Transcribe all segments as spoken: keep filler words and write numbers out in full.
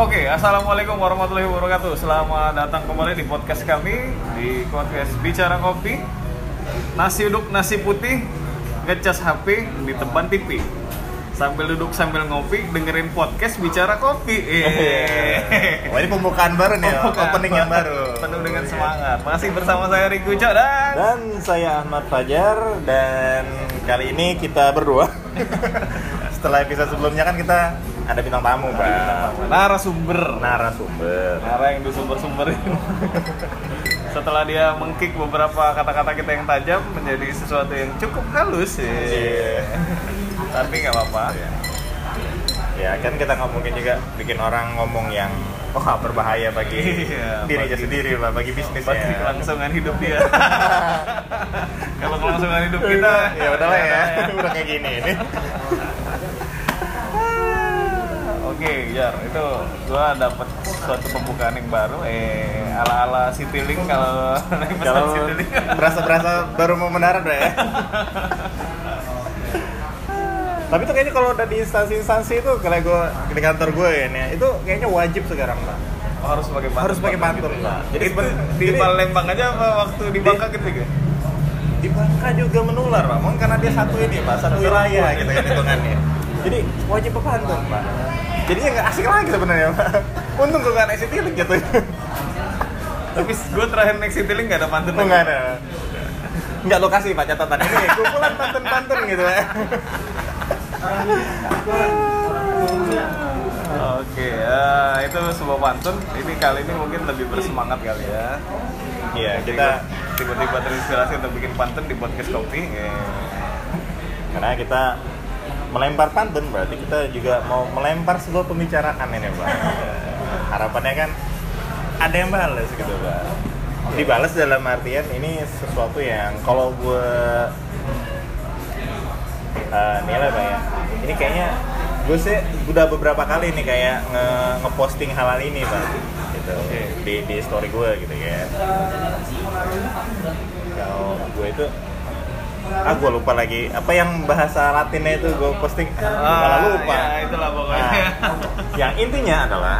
Oke, assalamualaikum warahmatullahi wabarakatuh. Selamat datang kembali di podcast kami, di podcast Bicara Kopi. Nasi uduk nasi putih, ngecas H P di depan T V. Sambil duduk sambil ngopi, dengerin podcast Bicara Kopi. Wah, ini pembukaan baru nih, pembukaan opening yang baru. Penuh dengan semangat. Masih bersama saya Riku Cok dan dan saya Ahmad Fajar, dan kali ini kita berdua. Setelah episode sebelumnya kan kita ada bintang tamu, Pak. Narasumber. Narasumber. Nara yang disumber-sumberin. Setelah dia mengkick beberapa kata-kata kita yang tajam menjadi sesuatu yang cukup halus, ya. Yeah. Tapi nggak apa-apa. Ya kan kita nggak mungkin juga bikin orang ngomong yang wah oh, berbahaya bagi iya, dirinya bagi, sendiri, Pak, bagi bisnisnya. Bagi kelangsungan hidup dia. Kalau kelangsungan hidup kita, ya udahlah ya. Udah kayak gini ini. Oke, Jar, itu gua dapat suatu pembukaan yang baru, eh ala-ala Citylink kalau naik pesawat Citylink. Berasa-berasa baru mau mendarat ya. Tapi tuh kayaknya kalau udah di instansi-instansi itu, kalau gue di kantor gue ya, nih, itu kayaknya wajib sekarang, Pak. Oh, harus pakai pantun. Harus pakai pantun, gitu, Pak. Jadi itu di Palembang aja apa waktu di Bangka gitu ya? Di Bangka juga menular, Pak. Mungkin karena dia satu ini, Pak, satu wilayah gitu kan hitungannya. Jadi wajib pantun, Pak. Jadinya nggak asik lagi sebenarnya, Pak. Untung gue nggak naik Citylink gitu. Tapi gue terakhir naik Citylink nggak ada pantun. Oh, nggak ada. Nggak lokasi, Pak, catatan ini kumpulan pantun-pantun gitu, Pak. Oke, ya, itu sebuah pantun. Ini kali ini mungkin lebih bersemangat kali ya. Iya, kita tiba-tiba terinspirasi untuk bikin pantun di podcast kopi. Ya. Karena kita melempar pantun, berarti kita juga mau melempar sebuah pembicaraan ini, Pak. Harapannya kan ada yang balas gitu, Pak. Dibalas dalam artian ini sesuatu yang kalau gue uh, nilai, Pak ya. Ini kayaknya gue sih udah beberapa kali nih kayak nge ngeposting hal-hal ini, Pak. Gitu. Okay. Di di story gue gitu ya. Kalau gue itu ah gue lupa lagi apa yang bahasa Latinnya itu gue posting ah, malah lupa. Ya, itulah pokoknya. Nah, yang intinya adalah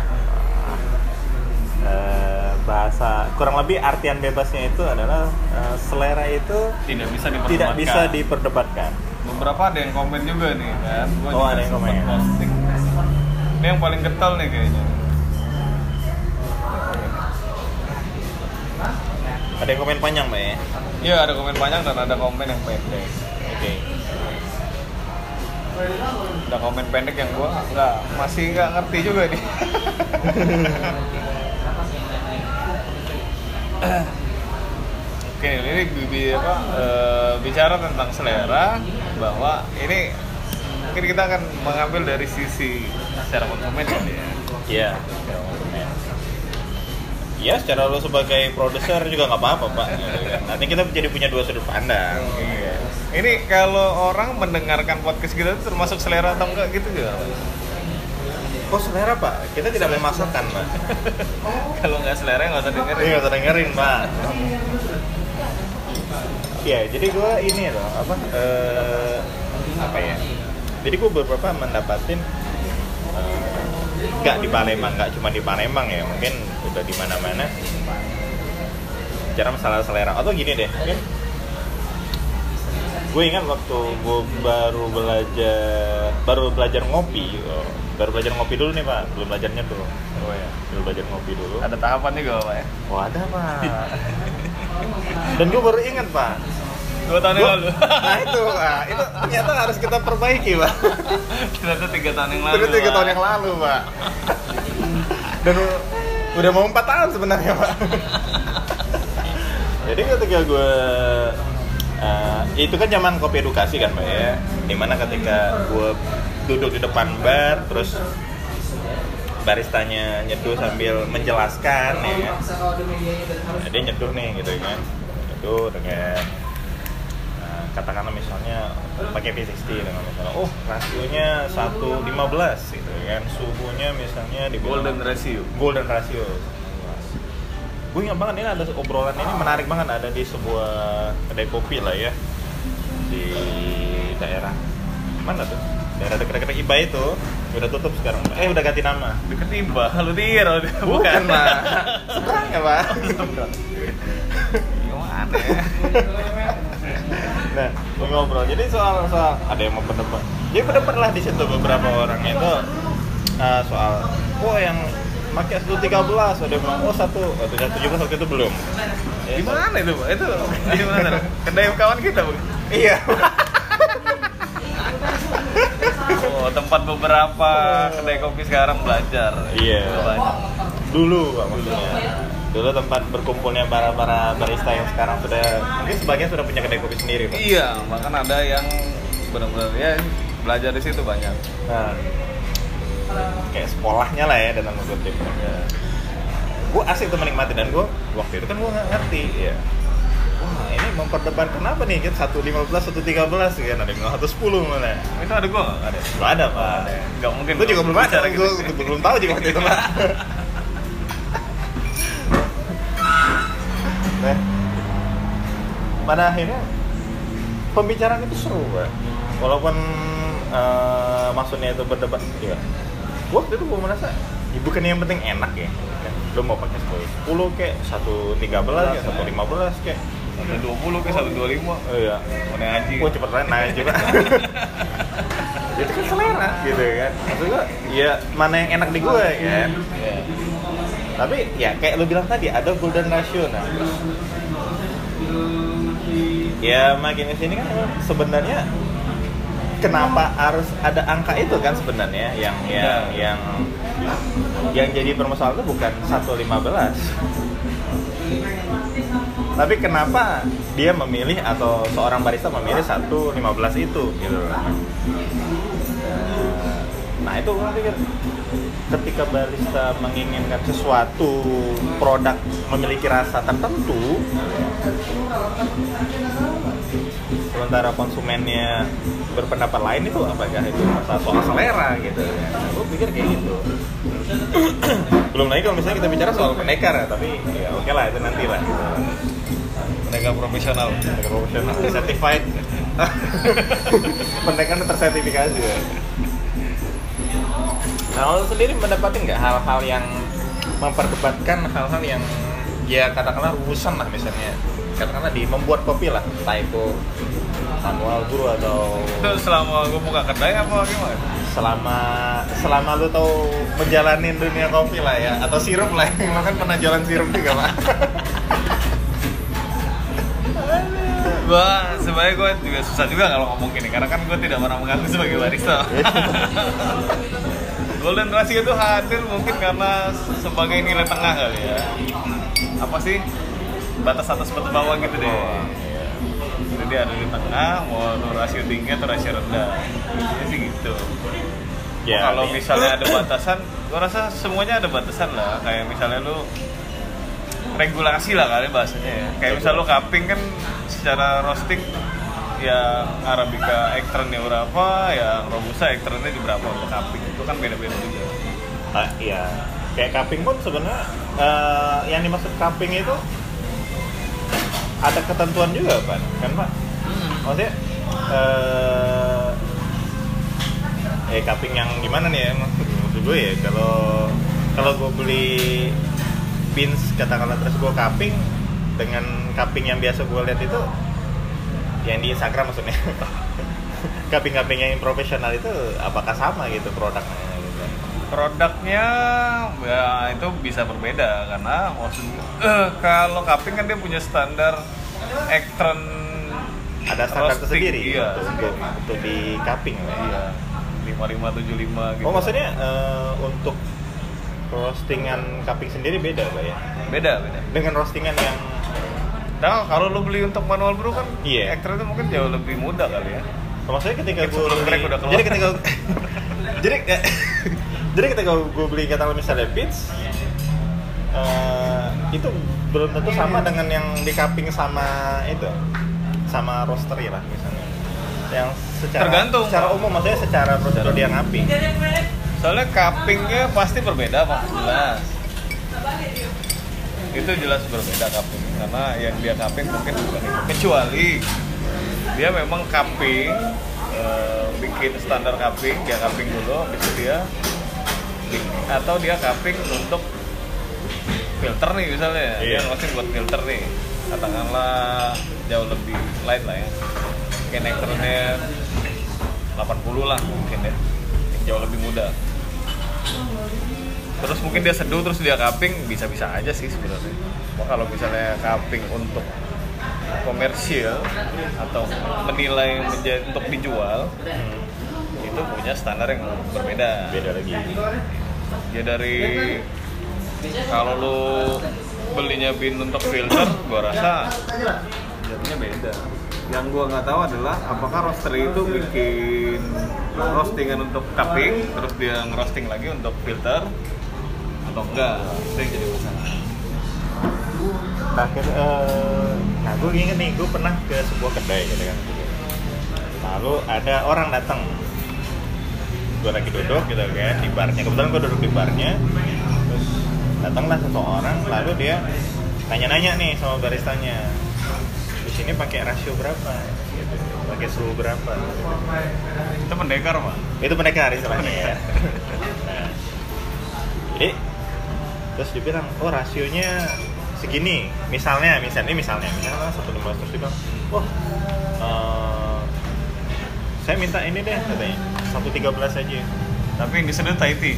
uh, bahasa kurang lebih artian bebasnya itu adalah uh, selera itu tidak bisa diperdebatkan. Tidak bisa diperdebatkan. Beberapa ada yang komen juga nih kan. Gua oh, ada yang komen. Posting. Ini yang paling getol nih kayaknya. Ada yang komen panjang, Mbak ya? Iya, ada komen panjang dan ada komen yang pendek. Oke. Okay. Ada komen pendek yang gua nggak masih nggak ngerti juga nih. Oke, ini bibi apa e, bicara tentang selera, bahwa ini mungkin kita akan mengambil dari sisi secara konsumen ya. Iya, secara konsumen. Ya, secara lo sebagai produser juga nggak apa-apa, Pak. Nanti kita jadi punya dua sudut pandang. Iya. Ini kalau orang mendengarkan podcast kita itu termasuk selera atau enggak gitu juga? Oh, selera, Pak. Kita tidak memasukkan, Pak. Kalau nggak selera nggak usah dengerin. Iya, nggak usah dengerin, Pak. Iya, jadi gue ini loh, apa? Uh, apa ya? Jadi gue beberapa mendapatin nggak uh, di Palembang, nggak cuma di Palembang ya, mungkin udah di mana-mana. Cara masalah selera. Atau gini deh, mungkin gue ingat waktu gue baru belajar baru belajar ngopi, oh, baru belajar ngopi dulu nih, Pak, belum belajar nyeduh. Oh ya, belum belajar ngopi dulu. Ada tahapan juga, Pak ya? Oh, ada, Pak. Dan gue baru ingat, Pak, dua tahun yang lalu. Nah itu, Pak, itu ternyata harus kita perbaiki, Pak. Ternyata tiga tahun yang lalu. Ternyata tiga tahun yang lalu, Pak. Dan udah mau empat tahun sebenarnya, Pak. Jadi ketika gue uh, itu kan zaman kopi edukasi kan, Pak ya. Dimana ketika gue duduk di depan bar, terus baristanya nyeduh sambil menjelaskan ya. Nah, dia nyeduh nih gitu kan. Nyeduh dengan uh, katakanlah misalnya pakai V enam puluh dengan misalnya oh rasionya satu lima belas gitu kan. Suhunya misalnya di golden ratio. Golden ratio. Gue ingat banget ini ada obrolan ini menarik banget, ada di sebuah kedai kopi lah ya. Di daerah mana tuh? Daerah dekat-dekat I B A itu. Udah tutup sekarang. Eh udah ganti nama. Deket Imba, lu tiru. Bukan, Pak. Seberang ya, Pak. Gimana ya? Nah, mau ngobrol. Jadi soal soal ada yang mau berdebat. Jadi berdebat lah di situ beberapa orang itu uh, soal oh yang pakai satu tiga belas, ada yang bilang oh satu, oh tidak tujuh belas waktu itu belum. Ya, Gimana itu, Pak? Itu di mana? Kedai kawan kita, Bu. Iya. Oh, tempat beberapa kedai kopi sekarang belajar. Iya. Banyak. Dulu, Pak, maksudnya. Dulu tempat berkumpulnya para para barista yang sekarang sudah mungkin sebagian sudah punya kedai kopi sendiri, Pak. Iya, bahkan ada yang benar-benar ya belajar di situ banyak. Nah, kayak sekolahnya lah ya dalam kutip. Ya. Gue asik tuh menikmati dan gue waktu itu kan gue nggak ngerti ya. Wah ini memperdebatkan apa nih kan satu lima belas satu tiga belas kan ada yang satu sepuluh mana? Itu ada gue nggak? Ada. Gak ada Pak. Nggak mungkin. Gue juga belum baca. Gue gitu. belum tahu juga waktu itu Pak. Nah, pada akhirnya pembicaraan itu seru Pak. Walaupun uh, maksudnya itu berdebat, ya. Waktu itu gue merasa, ya bukan yang penting enak ya. Lo mau pakai sepuluh kayak satu tiga belas kayak satu lima belas kayak satu dua puluh kayak satu dua lima. Oh iya. Mana aja. Wah cepet banget naik juga. Jadi kan selera gitu kan. Maksud gue, ya mana yang enak di gue kan. Ya. Tapi ya kayak lo bilang tadi ada golden ratio nah. Ya makin kesini kan sebenarnya kenapa harus ada angka itu kan sebenarnya yang yang yang yang jadi permasalahan itu bukan satu lima belas. Tapi kenapa dia memilih atau seorang barista memilih satu lima belas itu gitu. Nah, itu gue pikir ketika barista menginginkan sesuatu produk memiliki rasa tertentu sementara konsumennya berpendapat lain itu apakah itu masalah soal selera gitu ya. Nah, gue pikir kayak gitu. Belum lagi kalau misalnya kita bicara soal pendekar ya, tapi ya oke okay lah itu nanti lah gitu. Pendekar profesional, pendekar profesional, certified. Pendekar tersertifikasi ya. Nah, lo sendiri mendapati nggak hal-hal yang memperdebatkan hal-hal yang ya katakanlah rumusan lah misalnya katakanlah di membuat kopi lah, entah itu manual brew atau itu selama gue buka kedai apa gimana? Selama selama lu tahu menjalanin dunia kopi lah ya atau sirup lah, lo kan pernah jualan sirup juga Pak. Wah, sebenarnya gue juga susah juga kalau ngomong gini karena kan gue tidak pernah mengaku sebagai barista. Golden ratio itu hadir mungkin karena sebagai nilai tengah kali ya. Apa sih? Batas atas batas bawah gitu deh. Oh, iya. Jadi dia ada di tengah, mau rasio tinggi atau rasio rendah. Intinya sih gitu. Ya, kalau iya. Misalnya ada batasan, gue rasa semuanya ada batasan lah. Kayak misalnya lu regulasi lah kali bahasanya ya. Kayak misalnya lu cupping kan secara roasting yang Arabica eksternnya berapa, yang Robusta eksternnya di berapa untuk cupping. Itu kan beda-beda juga. Ah, iya. Kayak cupping pun sebenarnya uh, yang dimaksud cupping itu ada ketentuan juga Pak, kan Pak? Hmm. Maksudnya uh, eh cupping yang gimana nih ya maksud gue ya kalau kalau gue beli beans katakanlah terus gue cupping dengan cupping yang biasa gue lihat itu yang di Instagram maksudnya cupping-cupping yang profesional itu apakah sama gitu produknya gitu? Produknya ya itu bisa berbeda karena maksudnya uh, kalau cupping kan dia punya standar ekstern ada standar roasting, tersendiri iya, untuk, untuk untuk di cupping lah. Iya. lima lima tujuh lima gitu. Oh maksudnya uh, untuk roastingan cupping sendiri beda Pak ya? Beda, beda. Dengan roastingan yang nah, kalau lo beli untuk manual brew kan iya. ekstern itu mungkin jauh lebih mudah kali ya. Maksudnya ketika gue beli, udah jadi ketika jadi jadi ketika gue beli katakanlah misalnya beans uh, itu belum tentu sama dengan yang di cupping sama itu sama roastery lah misalnya yang secara tergantung secara umum maksudnya secara prosedur dia ngapi soalnya cuppingnya pasti berbeda Pak, jelas itu jelas berbeda cupping karena yang dia cupping mungkin bukan itu kecuali dia memang cupping uh, bikin bikin standar cupping, dia cupping dulu, habis itu dia atau dia cupping untuk filter nih misalnya, iya. dia roasting buat filter nih, katakanlah jauh lebih light lah ya, kayak nektarnya delapan puluh lah mungkin ya, yang jauh lebih muda. Terus mungkin dia seduh terus dia cupping, bisa-bisa aja sih sebenarnya. Wah, kalau misalnya cupping untuk komersial atau menilai menjadi untuk dijual, hmm. itu punya standar yang berbeda. Beda lagi. Ya dari kalau lu belinya bin untuk filter, gua rasa jadinya beda. Yang gua nggak tahu adalah apakah roaster itu bikin roastingan untuk cupping, terus dia ngerosting lagi untuk filter atau enggak? Itu yang jadi masalah. Nah, uh, nah gue inget nih, gue pernah ke sebuah kedai gitu kan. Lalu ada orang datang, gue lagi duduk gitu kan di barnya. Kebetulan gue duduk di barnya, terus datanglah seseorang, lalu dia nanya-nanya nih sama baristanya, di sini pakai rasio berapa, gitu, pakai suhu berapa. Gitu. Itu pendekar mah? Itu pendekar istilahnya ya. Nah, jadi terus dia bilang, oh rasionya segini, misalnya, misalnya, misalnya, misalnya satu lima ratus, terus dia bilang, wah, uh, saya minta ini deh, katanya, satu tiga belas aja. Tapi yang disedot Thai tea.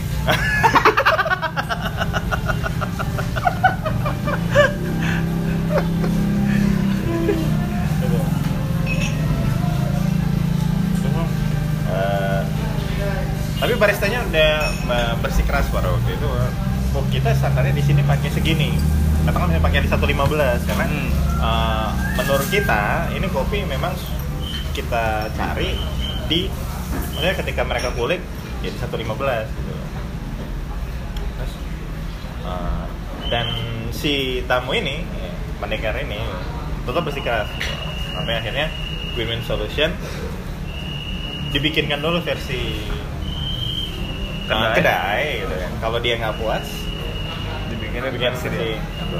uh, tapi baristanya udah uh, bersikeras pada waktu itu, oh kita standarnya di sini pakai segini. Katakan misalnya pakai di seratus lima belas karena hmm. uh, menurut kita ini kopi memang kita cari di, maksudnya ketika mereka kulik ya di seratus lima belas gitu. Terus, uh, dan si tamu ini, pendekar ini tetap bersikeras sampai akhirnya win-win solution, dibikinkan dulu versi kedai, uh, kedai gitu kan. Kalau dia nggak puas, dibikinnya bikin sendiri.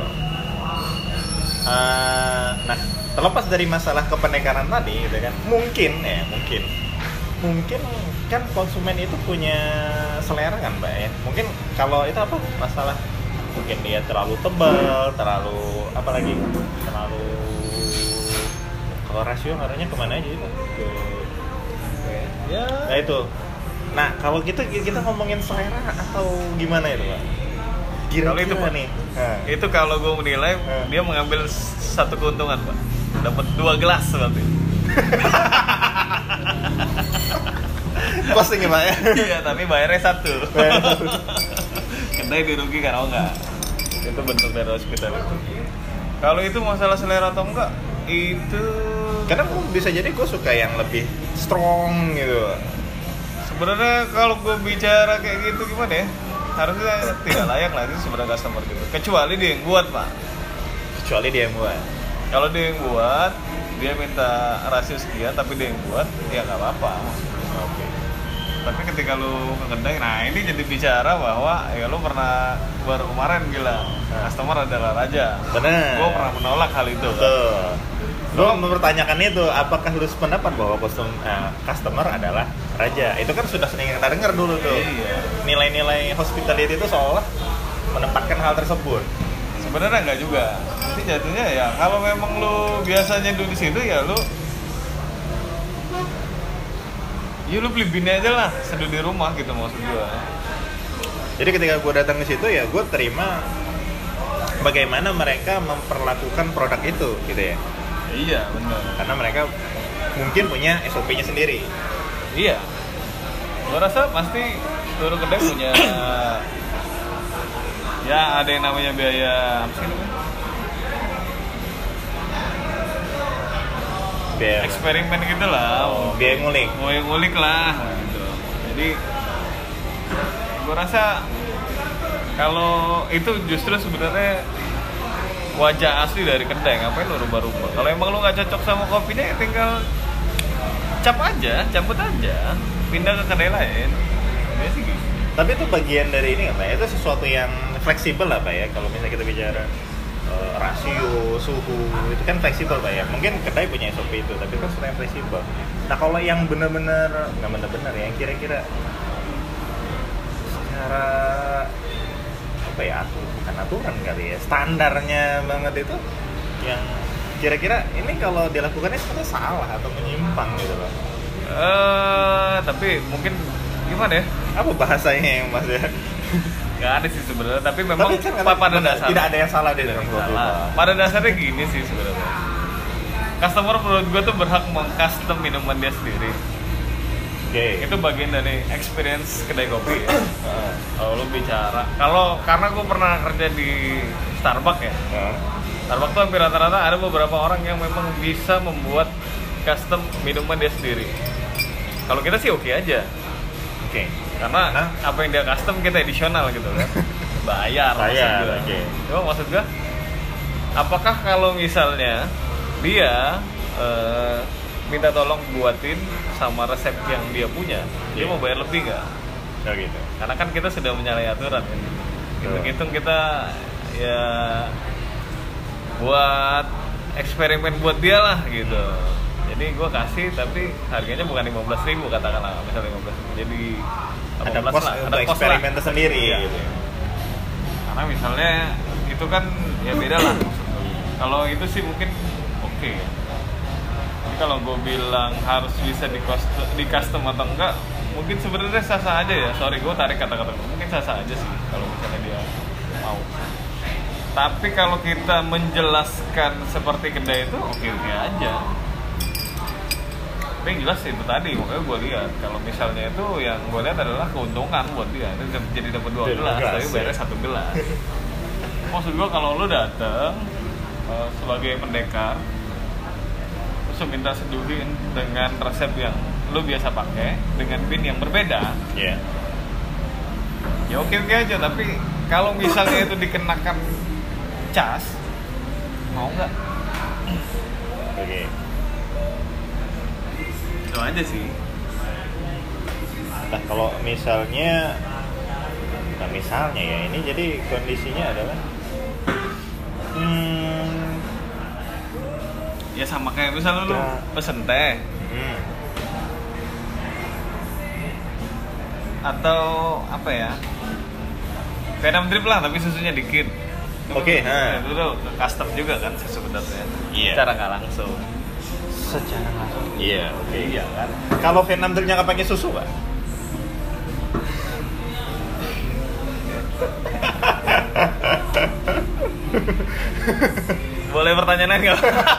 Uh, nah, terlepas dari masalah kependekaran tadi, gitu kan, mungkin ya, mungkin, mungkin kan konsumen itu punya selera kan, mbak ya. Mungkin kalau itu apa masalah, mungkin dia terlalu tebal, terlalu apa lagi, terlalu, kalau rasio arahnya kemana aja itu? Ke, ya. Nah itu. Nah kalau gitu kita ngomongin selera atau gimana itu, pak? Kalau itu pak nih, nah. itu kalau gue menilai nah. dia mengambil satu keuntungan pak, dapat dua gelas berarti. Posting ya pak ya? Iya, tapi bayarnya satu. Kedai dirugikan, oh enggak. Itu bentuk dari hospitality. Kalau itu masalah selera atau enggak, itu karena bisa jadi gue suka yang lebih strong gitu. Sebenarnya kalau gue bicara kayak gitu gimana ya? Harusnya tidak layak lah itu sebenarnya customer gitu. Kecuali dia yang buat pak. Kecuali dia yang buat. Kalau dia yang buat, dia minta rasio sekian, tapi dia yang buat, ya nggak apa-apa. Oke. Okay. Tapi ketika lu ke kedai, nah ini jadi bicara bahwa ya lu pernah baru kemarin gila, customer adalah raja. Benar. Gue pernah menolak hal itu. Betul. Lu mempertanyakan itu, apakah lu sependapat bahwa kostum, uh, customer adalah raja? Itu kan sudah sering kita dengar dulu tuh. Iya. Nilai-nilai hospitality itu seolah menempatkan hal tersebut. Sebenarnya enggak juga. Jadi jatuhnya ya kalau memang lu biasanya duduk di situ ya lu ya lu beli bini aja lah, seduh di rumah gitu maksud gua. Jadi ketika gua datang ke situ ya gua terima bagaimana mereka memperlakukan produk itu gitu ya. Iya, benar. Karena mereka mungkin punya S O P-nya sendiri. Iya. Gua rasa pasti seluruh kedai punya ya ada yang namanya biaya apa sih namanya? Biaya eksperimen gitu lah. Oh, biaya ngulik. Biaya ngulik lah gitu. Jadi gua rasa kalau itu justru sebenarnya wajah asli dari kedai, ngapain lu rubah-rubah? Kalau emang lu nggak cocok sama kopinya, ya tinggal cap aja, cabut aja, pindah ke kedai lain. Ya sih gitu. Tapi itu bagian dari ini nggak pak? Itu sesuatu yang fleksibel lah pak ya, kalau misalnya kita bicara uh, rasio, suhu itu kan fleksibel Pak ya. Mungkin kedai punya S O P itu, tapi kan sudah yang fleksibel. Nah kalau yang benar-benar nggak benar-benar ya, yang kira-kira secara apa ya, bukan aturan kali ya, standarnya banget itu yang kira-kira ini kalau dilakukannya sebenarnya salah atau menyimpang gitu loh. Eh, tapi mungkin gimana ya? Apa bahasanya yang Mas ya? Gak ada sih sebenarnya, tapi memang Tapi kan pa- pada dasarnya tidak ada yang salah di dalam salah. Govipa. Pada dasarnya gini sih sebenarnya. Customer menurut gue tuh berhak meng-custom minuman dia sendiri. Oke. Okay. Itu bagian dari experience kedai kopi ya. Kalau lu bicara, kalau karena gue pernah kerja di Starbucks ya. Uh. Starbucks tuh hampir rata-rata ada beberapa orang yang memang bisa membuat custom minuman dia sendiri. Kalau kita sih oke aja. Oke. Okay. Karena Nah, apa yang dia custom kita edisional gitu kan. Bayar. Bayar, maksud oke. gue. Cuma maksud gue, apakah kalau misalnya dia uh, minta tolong buatin sama resep yang dia punya, dia Yeah. mau bayar lebih nggak? oh gitu. Karena kan kita sudah menyalahi aturan kan. Hitung-hitung kita ya buat eksperimen buat dia lah gitu. Jadi gue kasih tapi harganya bukan lima belas ribu katakanlah, misalnya lima belas ribu. Jadi Ada delapan belas pos lah, untuk ada pos eksperimen lah. tersendiri Iya. gitu. Karena misalnya itu kan ya beda lah. Kalau itu sih mungkin oke. Jadi kalau gue bilang harus bisa di custom, di custom atau enggak, mungkin sebenarnya sah-sah aja ya. Sorry, gue tarik kata-kata gue. Mungkin sah-sah aja sih kalau misalnya dia mau. Tapi kalau kita menjelaskan seperti kedai itu oke-oke aja. Tapi yang jelas sih itu tadi, makanya gue lihat kalau misalnya itu yang gue lihat adalah keuntungan buat dia. Itu jadi dapat dua gelas, tapi bayarnya satu gelas. Maksud gue kalau lu dateng uh, sebagai pendekar, terus lu minta seduhin dengan resep yang lu biasa pakai dengan bin yang berbeda, Iya. ya oke-oke aja. Tapi kalau misalnya itu dikenakan cas, mau nggak? Oke. Itu aja sih. Nah kalau misalnya, nah misalnya ya ini jadi kondisinya adalah, hmm, Ya sama kayak misalnya lu Ya. pesen teh hmm, atau apa ya, Venom drip lah tapi susunya dikit. Oke, nah. Itu tuh custom juga kan sebenarnya. Iya. Secara nggak langsung. secara langsung. Iya, oke. Iya kan. Kalau Vietnam dripnya nggak pakai susu, Pak? Boleh pertanyaan nggak?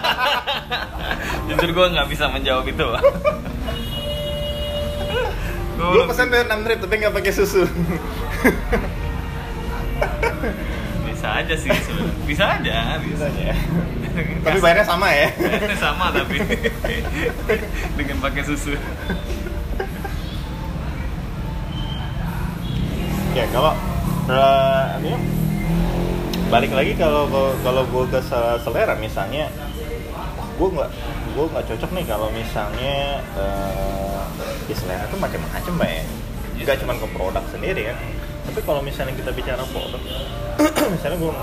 Jujur gue nggak bisa menjawab itu. Gue pesan Vietnam drip tapi nggak pakai susu. Bisa aja sih sebenarnya. Bisa aja, bisa aja. Tapi bayarnya sama ya? Bayarnya sama tapi dengan pakai susu. Ya kalau uh, ini balik lagi kalau kalau gue ke selera misalnya, gue nggak gue nggak cocok nih kalau misalnya uh, di selera tuh macam-macam Mbak ya, nggak cuma ke produk sendiri ya. Tapi kalau misalnya kita bicara produk, misalnya gue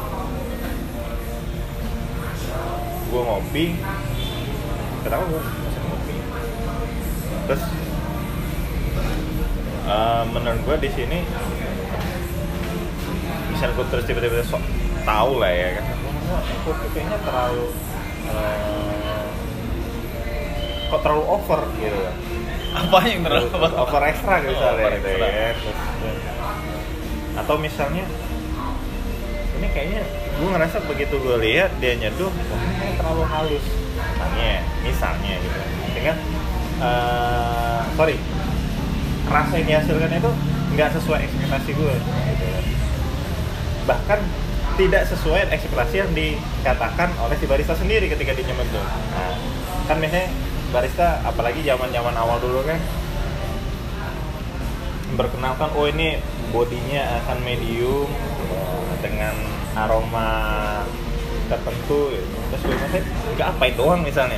gue ngopi, kenapa gue pesen ngopi? Terus uh, menurut gue di sini, misalnya gue terus tiba-tiba sok tahu lah ya kan, kopi kayaknya terlalu uh, kok terlalu over gitu kan. Apa yang terlalu over, over extra gitu Oh, misalnya over gitu extra. ya. Terus, atau misalnya ini kayaknya gue ngerasa begitu gue lihat dia nyeduh, wah ini kayaknya terlalu halus misalnya, misalnya gitu. Sehingga uh, sorry, rasa yang dihasilkan itu nggak sesuai ekspektasi gue gitu ya. Bahkan tidak sesuai ekspektasi yang dikatakan oleh si barista sendiri ketika dia nyeduh. Nah, kan biasanya barista apalagi zaman-zaman awal dulu kan berkenalkan, oh ini bodinya akan medium dengan aroma tertentu, terus gue ngasih nggak apa itu doang misalnya.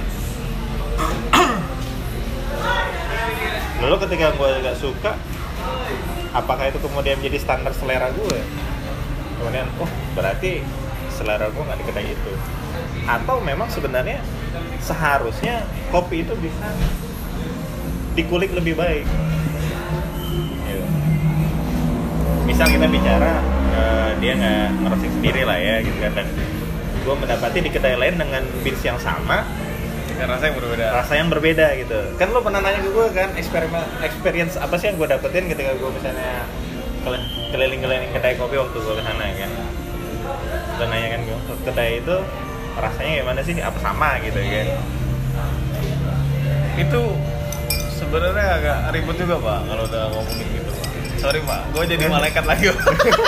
Lalu ketika gue nggak suka, apakah itu kemudian menjadi standar selera gue? Kemudian, oh berarti selera gue nggak di kedai itu. Atau memang sebenarnya seharusnya kopi itu bisa dikulik lebih baik. Gitu. Misal kita bicara uh, dia nggak ngerosting sendiri lah ya gitu kan, dan gue mendapati di kedai lain dengan beans yang sama dengan rasa yang berbeda. Rasa yang berbeda gitu. Kan lo pernah nanya ke gue kan, eksperimen experience apa sih yang gue dapetin ketika gue misalnya keliling-keliling kedai kopi waktu gue kesana kan. Lo nanya kan gue, kedai itu rasanya gimana sih? Apa sama gitu kan? Itu sebenarnya agak ribet juga Pak kalau udah ngomongin gitu. Sorry Pak, gue jadi malaikat lagi Pak.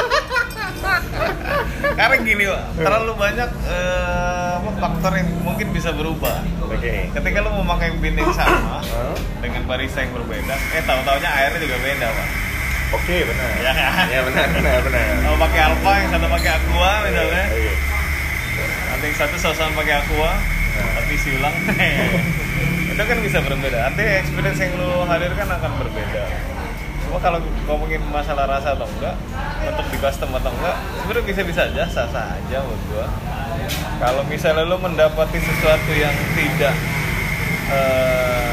Karena gini Pak, terlalu banyak uh, faktor yang mungkin bisa berubah. Oke. Okay. Ketika lu mau pakai bean yang sama dengan barista yang berbeda, eh tahu-taunya airnya juga beda Pak. Oke, okay, benar. Ya kan? Ya benar, benar, benar. Kalau pakai Alpha, yang satu pakai Aqua misalnya. Okay. Nanti yang satu sosokan pakai Aqua, nah. tapi siulang. Itu kan bisa berbeda. Artinya experience yang lu hadirkan akan berbeda. Cuma kalau ngomongin masalah rasa atau enggak, untuk di custom atau enggak, sebenarnya bisa-bisa aja, sah-sah aja menurut gua. Kalau misalnya lu mendapati sesuatu yang tidak uh,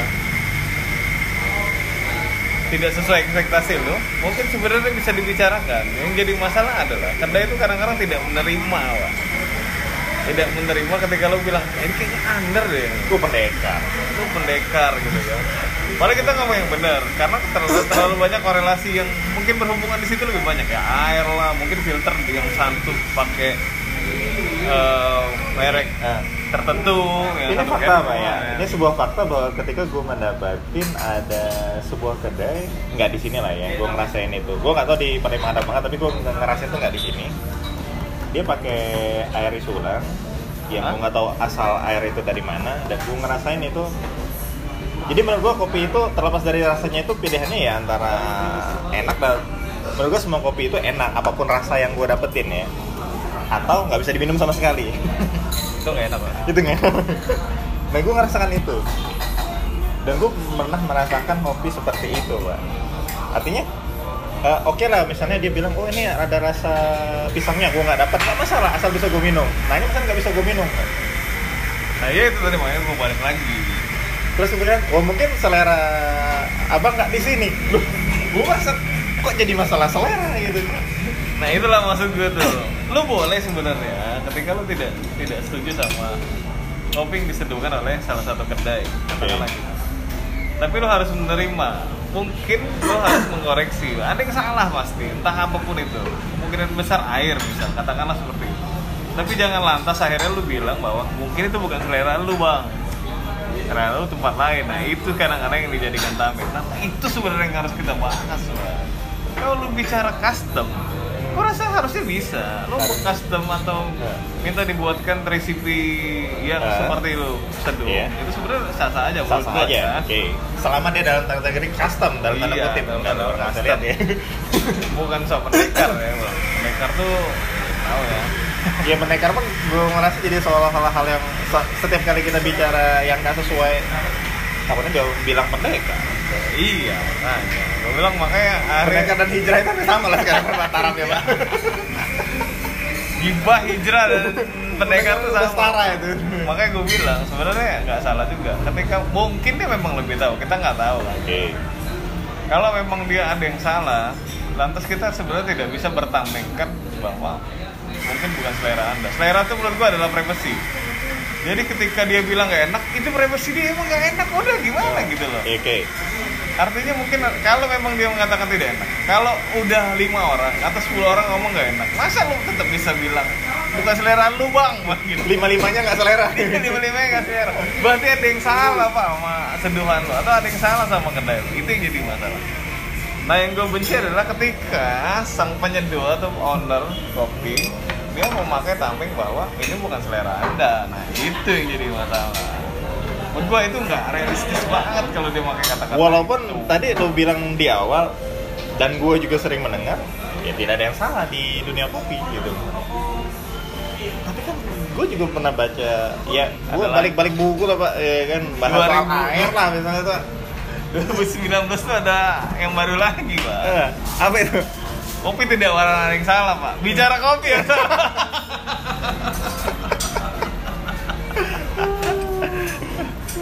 tidak sesuai ekspektasi lu, mungkin sebenarnya bisa dibicarakan. Yang jadi masalah adalah kedai itu kadang-kadang tidak menerima, Wak. Tidak menerima ketika lu bilang, ini kayaknya under deh. Gue pendekar. Lu pendekar gitu kan. Padahal kita ngomong yang benar, karena terlalu, terlalu banyak korelasi yang mungkin berhubungan di situ lebih banyak ya, air lah, mungkin filter yang santun pakai uh, merek uh, tertentu. Ini fakta Pak ya. Ini sebuah fakta bahwa ketika gue mendapatin ada sebuah kedai, nggak di sini lah ya, gue ngerasain itu. Gue nggak tahu di Palembang ada banget, tapi gue ngerasain itu nggak di sini. Dia pakai air isi ulang, yang gue nggak tahu asal air itu dari mana, dan gue ngerasain itu. Jadi menurut gue kopi itu terlepas dari rasanya itu pilihannya ya antara enak dan menurut gue semua kopi itu enak apapun rasa yang gue dapetin ya, atau nggak bisa diminum sama sekali. Itu nggak enak Pak. Itu nggak enak. Nah gue ngerasakan itu, dan gue pernah merasakan kopi seperti itu Pak. Artinya uh, oke okay lah misalnya dia bilang oh ini ada rasa pisangnya gue nggak dapat, nggak masalah asal bisa gue minum. Nah ini kan nggak bisa gue minum. Nah iya itu tadi makanya gue balik lagi. Terus kemudian, oh mungkin selera abang nggak di sini. Loh, gue merasa kok jadi masalah selera gitu. Nah itulah maksud gue tuh. Lu boleh sebenarnya ketika lu tidak tidak setuju sama kopi yang diseduhkan oleh salah satu kedai, katakanlah gitu. Tapi lu harus menerima. Mungkin lu harus mengoreksi. Ada yang salah pasti, entah apapun itu. Kemungkinan besar air misal, katakanlah seperti itu. Tapi jangan lantas akhirnya lu bilang bahwa mungkin itu bukan selera lu bang. Karena lu tempat lain, nah itu kadang-kadang yang dijadikan tameng. Nah itu sebenarnya yang harus kita bahas. Kalau lu bicara custom, gua rasa harusnya bisa. Lu mau custom atau minta dibuatkan resipi yang uh, seperti lu seduh, yeah. Itu sebenarnya sah-sah aja. Sah-sah aja, ya? Oke. Okay. Selama dia dalam kategori custom, dalam tanda iya, kutip, dalam tanda custom ya. Bukan soal pendekar ya, bang. Pendekar tuh tahu ya. Ya pendekar pun gue ngerasa jadi seolah-olah hal yang setiap kali kita bicara yang gak sesuai, takutnya dia bilang pendekar. Iya, makanya gue bilang makanya pendekar dan hijrah itu sama lah sekarang permataram ya Pak. Gibah, hijrah dan pendekar itu sama. Setara itu. Makanya gue bilang sebenarnya nggak salah juga. Ketika mungkin dia memang lebih tahu, kita nggak tahu. Oke. Okay. Kalau memang dia ada yang salah, lantas kita sebenarnya tidak bisa bertamengkan bahwa mungkin bukan selera Anda. Selera itu menurut gua adalah privacy. Jadi ketika dia bilang nggak enak, itu privacy dia emang nggak enak, udah gimana oh, gitu loh. Oke. Okay. Artinya mungkin kalau memang dia mengatakan tidak enak, kalau udah lima orang atau sepuluh orang ngomong nggak enak, masa lu tetap bisa bilang bukan selera lu bang, gitu. Lima-limanya nggak selera. Lima-limanya nggak selera. Berarti ada yang salah pak sama seduhan lu, atau ada yang salah sama kedai lu. Itu yang jadi masalah. Nah yang gue benci adalah ketika sang penyeduh atau owner kopi dia memakai tameng bahwa ini bukan selera Anda. Nah itu yang jadi masalah. Menurut gue itu nggak realistis banget kalau dia pakai kata-kata. Walaupun itu. Tadi lo bilang di awal dan gue juga sering mendengar, ya tidak ada yang salah di dunia kopi gitu. Tapi kan gue juga pernah baca, ya gue balik-balik buku lah pak, ya kan bahas soal air lah misalnya tuh. dua ribu sembilan belas tuh ada yang baru lagi pak. Eh, apa itu? Kopi tidak warna yang salah pak. Bicara kopi ya salah.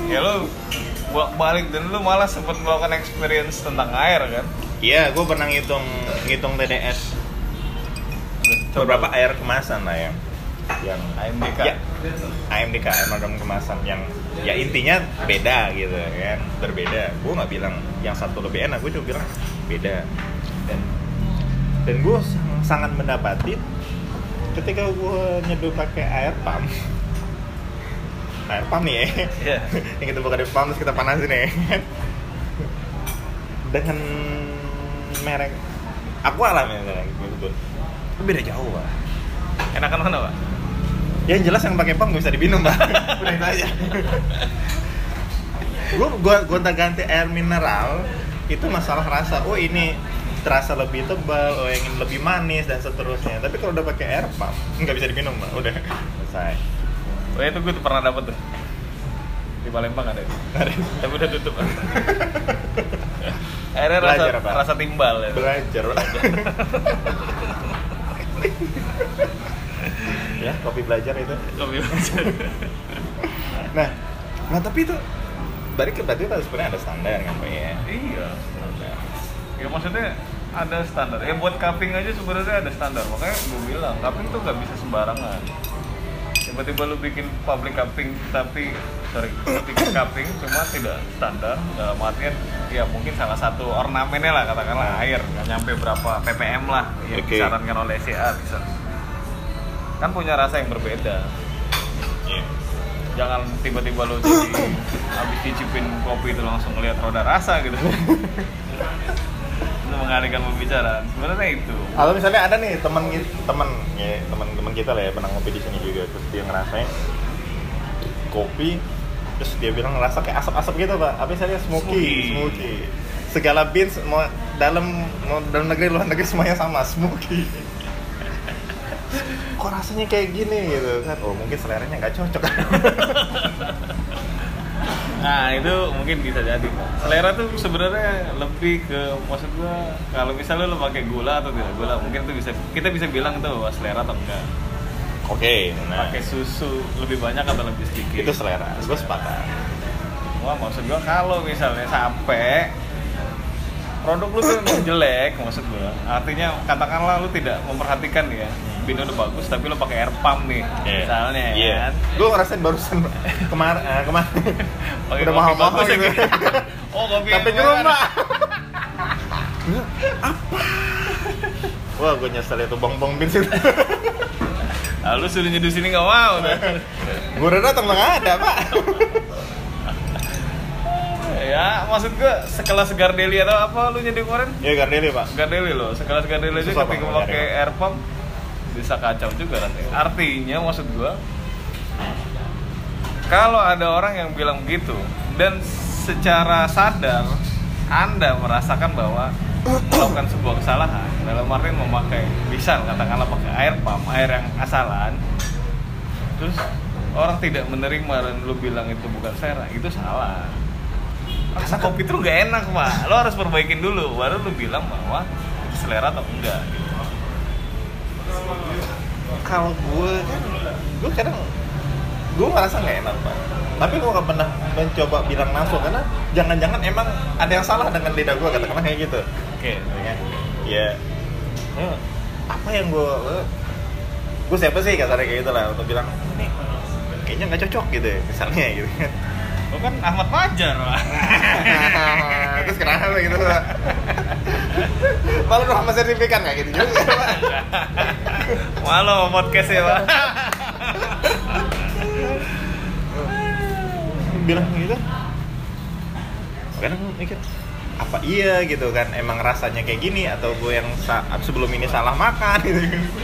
ya lu bolak-balik dan lu malah sempat melakukan experience tentang air kan? Iya, gue pernah ngitung ngitung T D S beberapa air kemasan lah yang yang A M D K. Ya, A M D K, air minum kemasan yang ya intinya beda gitu kan, berbeda. Gue nggak bilang yang satu lebih enak, gue cuma bilang beda. Dan dan gue sangat mendapati ketika gue nyeduh pakai air pump, air pump nih ya, yeah. yang kita buka di pump terus kita panasin ya, dengan merek Aqua lah misalnya, gitu, itu beda jauh pak. Enakan mana pak? Ya yang jelas yang pakai pump nggak bisa diminum pak, udah itu aja. Gue gue gonta ganti air mineral itu masalah rasa. Oh ini terasa lebih tebal, oh yang ini lebih manis dan seterusnya. Tapi kalau udah pakai air pump nggak bisa diminum pak, udah selesai. Oh itu gue tuh pernah dapet tuh di Palembang ada, ada. Tapi udah tutup. Airnya rasa, Belajar, Pak. rasa timbal ya. Belajar pak. Ya kopi belajar itu. Kopi belajar. Nah, nah tapi itu dari ke berarti itu sebenarnya ada standar kan pak ya? Iya. Ya maksudnya ada standar. Ya buat cupping aja sebenarnya ada standar. Makanya gue bilang cupping tuh nggak bisa sembarangan. Tiba-tiba lu bikin public cupping tapi sorry, lu bikin cupping cuma tidak standar dalam artian ya mungkin salah satu ornamennya lah katakanlah air nggak nyampe berapa ppm lah yang Okay. disarankan oleh S C A bisa kan punya rasa yang berbeda. Yeah. Jangan tiba-tiba lu jadi habis cicipin kopi itu langsung ngeliat roda rasa gitu. Itu mengalihkan pembicaraan. Sebenarnya itu. Kalau misalnya ada nih teman teman ya teman-teman kita lah ya pernah ngopi di sini juga terus dia ngerasain kopi terus dia bilang ngerasa kayak asap-asap gitu pak. Apa misalnya smoky, Smoky. smoky. Segala beans mau dalam mau dalam negeri luar negeri semuanya sama smoky. Kok rasanya kayak gini gitu kan? Oh mungkin seleranya nggak cocok. Nah itu mungkin bisa jadi Pak. Selera tuh sebenarnya lebih ke maksud gua kalau misalnya lo pakai gula atau tidak gula mungkin itu bisa kita bisa bilang itu bahwa selera atau enggak. Oke, nah Pakai susu lebih banyak atau lebih sedikit. itu selera. Gue sepakat. Wah maksud gua kalau misalnya sampai produk lu tuh emang jelek maksud gua. Artinya katakanlah lu tidak memperhatikan ya. Bino udah bagus tapi lo pakai air pump nih Yeah. misalnya ya Yeah. kan. Gue ngerasain barusan kemarin uh, kemarin Pakai udah kopi mahal-mahal bagus ya, gitu. gitu. Oh kopi Sampai yang di rumah. mana? Apa? Wah, gue nyesel itu bong-bong bins itu. Lalu suruh nyeduh sini nggak mau. Gue udah datang nggak ada pak. Ya, maksud gue sekelas Gardeli atau apa lu nyeduh kemarin? Ya Gardeli pak. Gardeli loh, sekelas Gardeli aja Susah, ketika Pak, pakai nyari. air pump bisa kacau juga nanti. Artinya maksud gue kalau ada orang yang bilang begitu dan secara sadar Anda merasakan bahwa melakukan sebuah kesalahan dalam artian memakai bisa katakanlah pakai air pump, air yang asalan terus orang tidak menerima dan lu bilang itu bukan selera, itu salah. Rasa kopi itu nggak enak Pak, lo harus perbaikin dulu baru lu bilang bahwa selera atau enggak gitu. Kalau gue kan, gue kadang gue ngerasa nggak enak pak. Tapi gue nggak pernah mencoba bilang langsung karena jangan-jangan emang ada yang salah dengan lidah gue katakanlah kayak gitu. Oke, Ya, ya, ya apa yang gue, gue siapa sih kasarnya kayak gitu lah untuk bilang ini kayaknya nggak cocok gitu ya, misalnya gitu kan. lo kan Ahmad Fajar Pak. Terus kenapa gitu pak? Malu udah sama sertifikat nggak gitu juga pak? Malu podcast ya Pak. Bilang gitu kadang mikir apa iya gitu kan emang rasanya kayak gini atau gue yang sa- sebelum ini salah makan gitu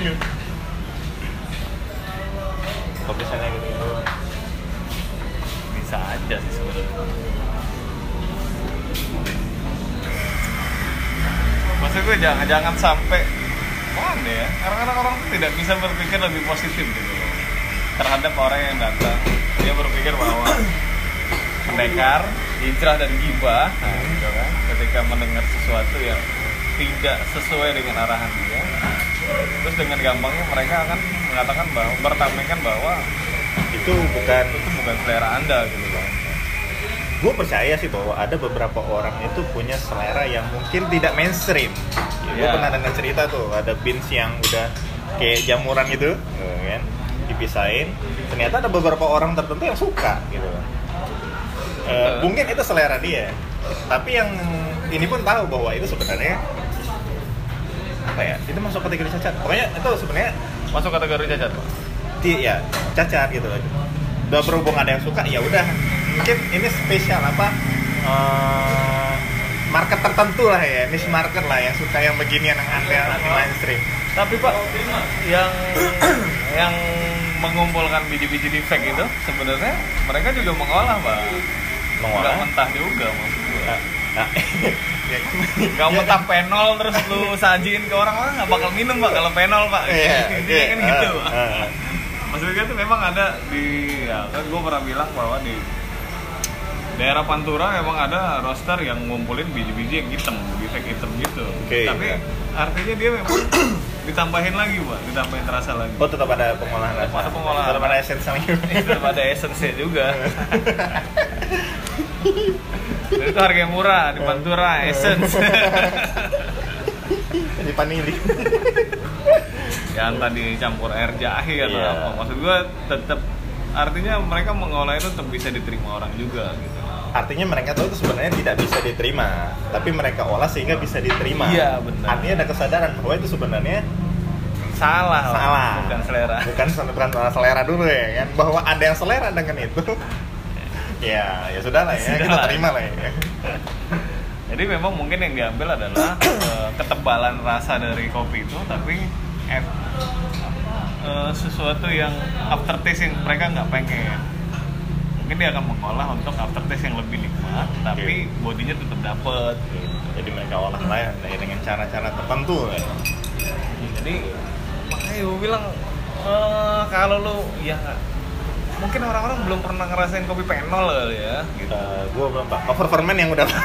atau misalnya gitu Bisa aja sih sebenarnya. Maksud gue jangan jangan sampai mana ya? Kadang-kadang orang tuh tidak bisa berpikir lebih positif gitu loh terhadap orang yang datang. Dia berpikir bahwa pendekar, hijrah dan gibah, nah, gitu kan. Ketika mendengar sesuatu yang tidak sesuai dengan arahan dia, terus dengan gampangnya mereka akan mengatakan bahwa bertamikan bahwa itu bukan itu bukan selera Anda gitu kan. gue percaya sih bahwa ada beberapa orang itu punya selera yang mungkin tidak mainstream. Ya, gue Yeah. pernah dengar cerita tuh, ada beans yang udah kayak jamuran gitu, gitu kan, dipisahin. Ternyata ada beberapa orang tertentu yang suka gitu. Uh, mungkin itu selera dia. Tapi yang ini pun tahu bahwa itu sebenarnya apa ya? Itu masuk kategori cacat. Pokoknya itu sebenarnya Masuk kategori cacat, Pak. Di, ya cacat gitu. Udah berhubung ada yang suka, ya udah. Mungkin ini spesial apa? Uh, market tertentu lah ya, niche market lah yang suka yang beginian yang anti anti mainstream. Tapi Pak, yang yang mengumpulkan biji-biji defect itu sebenarnya mereka juga mengolah, Pak. Mengolah? Nggak mentah juga maksud gue. Nah, nah, ya, Gak mentah penol terus lu sajiin ke orang-orang nggak bakal minum, Pak, kalau penol, Pak. Iya, Intinya oke. kan gitu, Uh, Pak. uh. Maksudnya tuh memang ada di, ya kan gue pernah bilang bahwa di daerah Pantura memang ada roaster yang ngumpulin biji-biji yang hitam, defect hitam gitu. Oke, Tapi ya. artinya dia memang ditambahin lagi, Pak, ditambahin rasa lagi. Oh, tetap ada pengolahan rasa. Ada pengolahan. Tetap ada essence lagi. Tetap ada essence-nya juga. Dan itu harganya murah di Pantura, essence. Di Panili. Yang tadi campur air jahe atau Iya. apa. Maksud gue tetap artinya mereka mengolah itu tetap bisa diterima orang juga gitu. Artinya mereka tahu itu sebenarnya tidak bisa diterima, tapi mereka olah sehingga bisa diterima. Iya, benar. Artinya ada kesadaran bahwa itu sebenarnya Salah, lah, salah, bukan selera. Bukan bukan salah selera dulu ya kan, bahwa ada yang selera dengan itu. Ya, ya sudah lah ya, kita Sudahlah. terima lah ya. Jadi memang mungkin yang diambil adalah eh, ketebalan rasa dari kopi itu, tapi eh, eh, sesuatu yang aftertaste yang mereka nggak pengen. Mungkin dia akan mengolah untuk aftertaste yang lebih nikmat, tapi bodinya tetap dapet. Jadi mereka olah lah ya dengan cara-cara tertentu. Ya. Jadi makanya gue bilang eh, kalau lu ya mungkin orang-orang belum pernah ngerasain kopi penol kali ya gitu. Uh, gue belum pak, over ferment yang udah.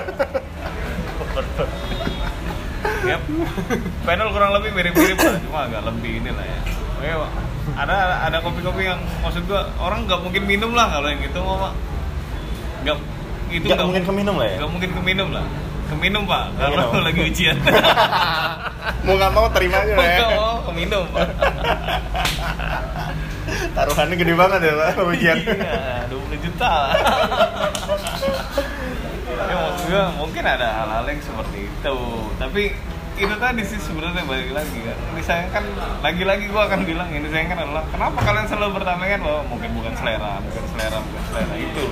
Yep. Penol kurang lebih mirip-mirip lah, cuma agak lebih inilah ya. Oke, Pak. Ada ada kopi-kopi yang maksud gua orang nggak mungkin minum lah kalau yang gitu mau Pak. Nggak itu Nggak mungkin keminum lah ya? Nggak mungkin keminum lah. Keminum Pak, kalau Keminum. lagi ujian. Mau nggak mau terima aja lah ya. Nggak mau keminum Pak. Taruhannya gede banget ya pak, ujian. Iya, dua puluh juta. Ya maksud gua mungkin ada hal-hal yang seperti itu. Tapi itu tadi sih sebenarnya balik lagi kan. Disayangkan lagi-lagi gua akan bilang ini disayangkan adalah kenapa kalian selalu bertanya bahwa mungkin bukan selera, bukan selera, bukan selera itu.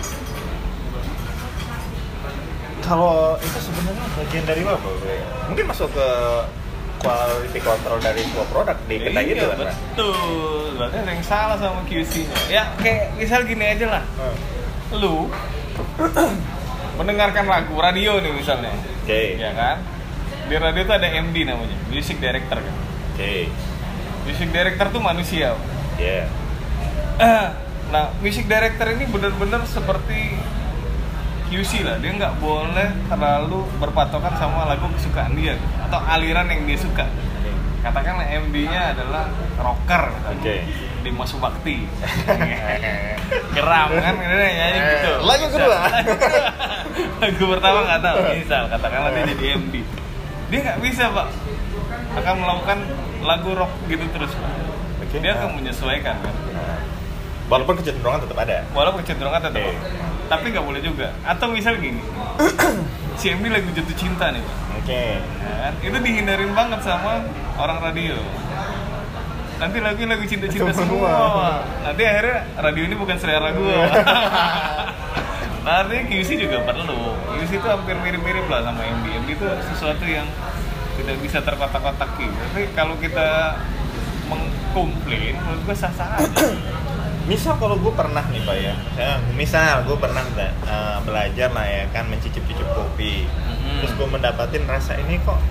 Kalau itu sebenarnya bagian dari apa bro? Mungkin masuk ke quality control dari sebuah produk di kedai Iya, itu kan? Pak? betul. Berarti ada yang salah sama Q C-nya. Ya kayak misal gini aja lah. Hmm. Lu mendengarkan lagu radio nih misalnya. Oke. Ya kan? Di radio tuh ada M D namanya, music director kan. Oke. Music director tuh manusia. Ya. Nah, music director ini benar-benar seperti Q C lah. Dia nggak boleh terlalu berpatokan sama lagu kesukaan dia gitu, atau aliran yang dia suka. Katakanlah M D-nya adalah rocker gitu. Oke. Dimas Subakti. Geram kan dia nyanyi gitu. Lagu kedua. Lagu pertama nggak tahu. Misal katakanlah dia jadi M D. Dia nggak bisa, Pak. Akan melakukan lagu rock gitu terus, Pak. Oke. Dia akan menyesuaikan kan. Walaupun kecenderungan tetap ada. Walaupun kecenderungan tetap Oke. ada. Tapi nggak boleh juga. Atau misal gini. Si M D lagu jatuh cinta nih, Pak. Oke. Ya kan? Itu dihindarin banget sama orang radio. Nanti lagu lagu cinta-cinta Semua. semua. Nanti akhirnya radio ini bukan selera gua. Nah, artinya Q C juga perlu. Q C itu hampir mirip-mirip lah sama M D. M D itu sesuatu yang tidak bisa terkotak-kotaki. Tapi kalau kita mengkomplain, menurut gua sah-sah aja. Misal kalau gue pernah nih pak ya, misalnya, misal gue pernah uh, belajar lah ya kan mencicip-cicip kopi, Mm-hmm. terus gue mendapatin rasa ini kok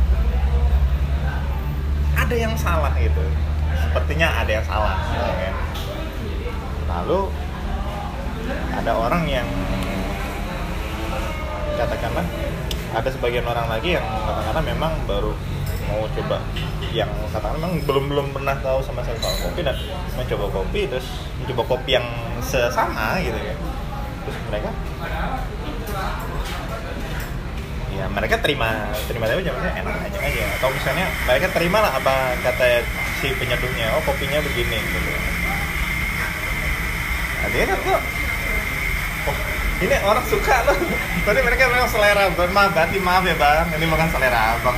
ada yang salah gitu, sepertinya ada yang salah, ya kan? Lalu ada orang yang katakanlah ada sebagian orang lagi yang katakanlah memang baru mau coba yang katakan memang belum belum pernah tahu sama sekali soal kopi dan mencoba kopi terus mencoba kopi yang sesama gitu ya, terus terus mereka ya mereka terima terima aja maksudnya enak aja aja atau misalnya mereka terima lah apa kata si penyeduhnya, oh kopinya begini gitu. Artinya kan tuh oh ini orang suka loh, berarti mereka memang selera. Maaf, berarti maaf ya bang, ini bukan selera abang.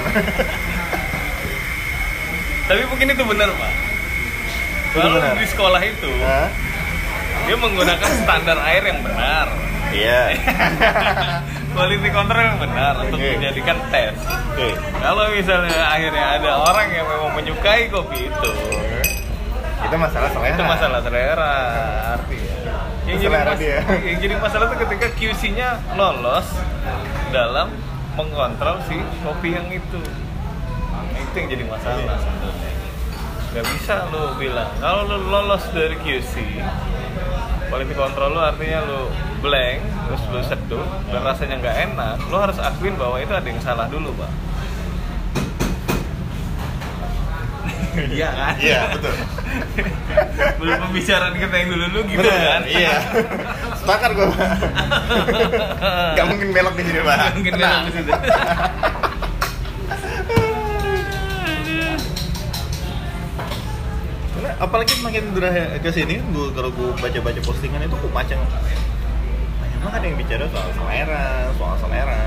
Tapi mungkin itu benar pak. Kalau di sekolah itu Hah? dia menggunakan standar air yang benar. Iya. Quality control yang benar untuk Okay. menjadikan tes. Oke. Kalau misalnya akhirnya ada orang yang memang menyukai kopi itu, Itu masalah selera. itu masalah selera artinya. Yang jadi, Selera mas- dia. yang jadi masalah itu ketika Q C-nya lolos dalam mengontrol si kopi yang itu. Nah, itu yang jadi masalah sebetulnya. Gak bisa lo bilang kalau lo lolos dari Q C, quality control lo artinya lo blank, terus lo seduh dan rasanya nggak enak, lo harus akuin bahwa itu ada yang salah dulu pak. Iya kan? Iya betul. Belum pembicaraan kita yang dulu-dulu gitu Bener, kan? iya. Sepakat gue. Gak mungkin belok di sini pak. Mungkin Tenang. belok di situ. Karena apalagi makin udah ke sini, gue kalau gue baca-baca postingan itu kok macam banyak banget yang bicara soal selera, soal selera.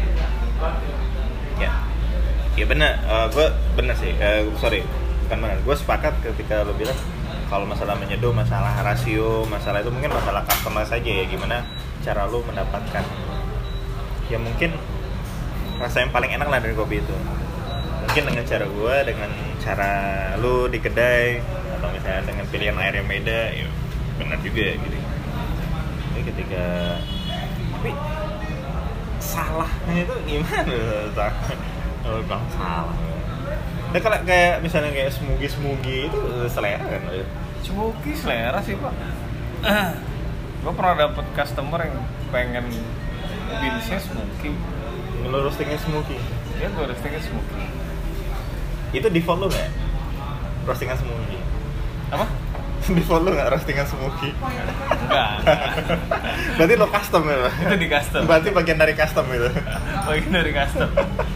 Ya, ya benar. Uh, gue benar sih. Uh, sorry, bukan benar. Gue sepakat ketika lo bilang kalau masalah menyeduh, masalah rasio, masalah itu mungkin masalah customer saja ya. Gimana cara lo mendapatkan ya mungkin rasa yang paling enak lah dari kopi itu. Mungkin dengan cara gue, dengan cara lu di kedai atau misalnya dengan pilihan air yang beda, ya benar juga gitu. Tapi ketika tapi salahnya itu gimana? Kalau bilang salah. Nah kalau kayak misalnya kayak smoothie smoothie itu selera kan? Smoothie selera sih pak. Gue pernah dapet customer yang pengen beansnya smoothie. Lu roastingnya smoothie. Ya gue roastingnya smoothie. Itu default lu nggak? Roastingan smoothie. Apa? Default lu nggak roastingan smoothie? Enggak. Berarti lo custom ya? Itu di custom. Berarti bagian dari custom itu. Bagian dari custom.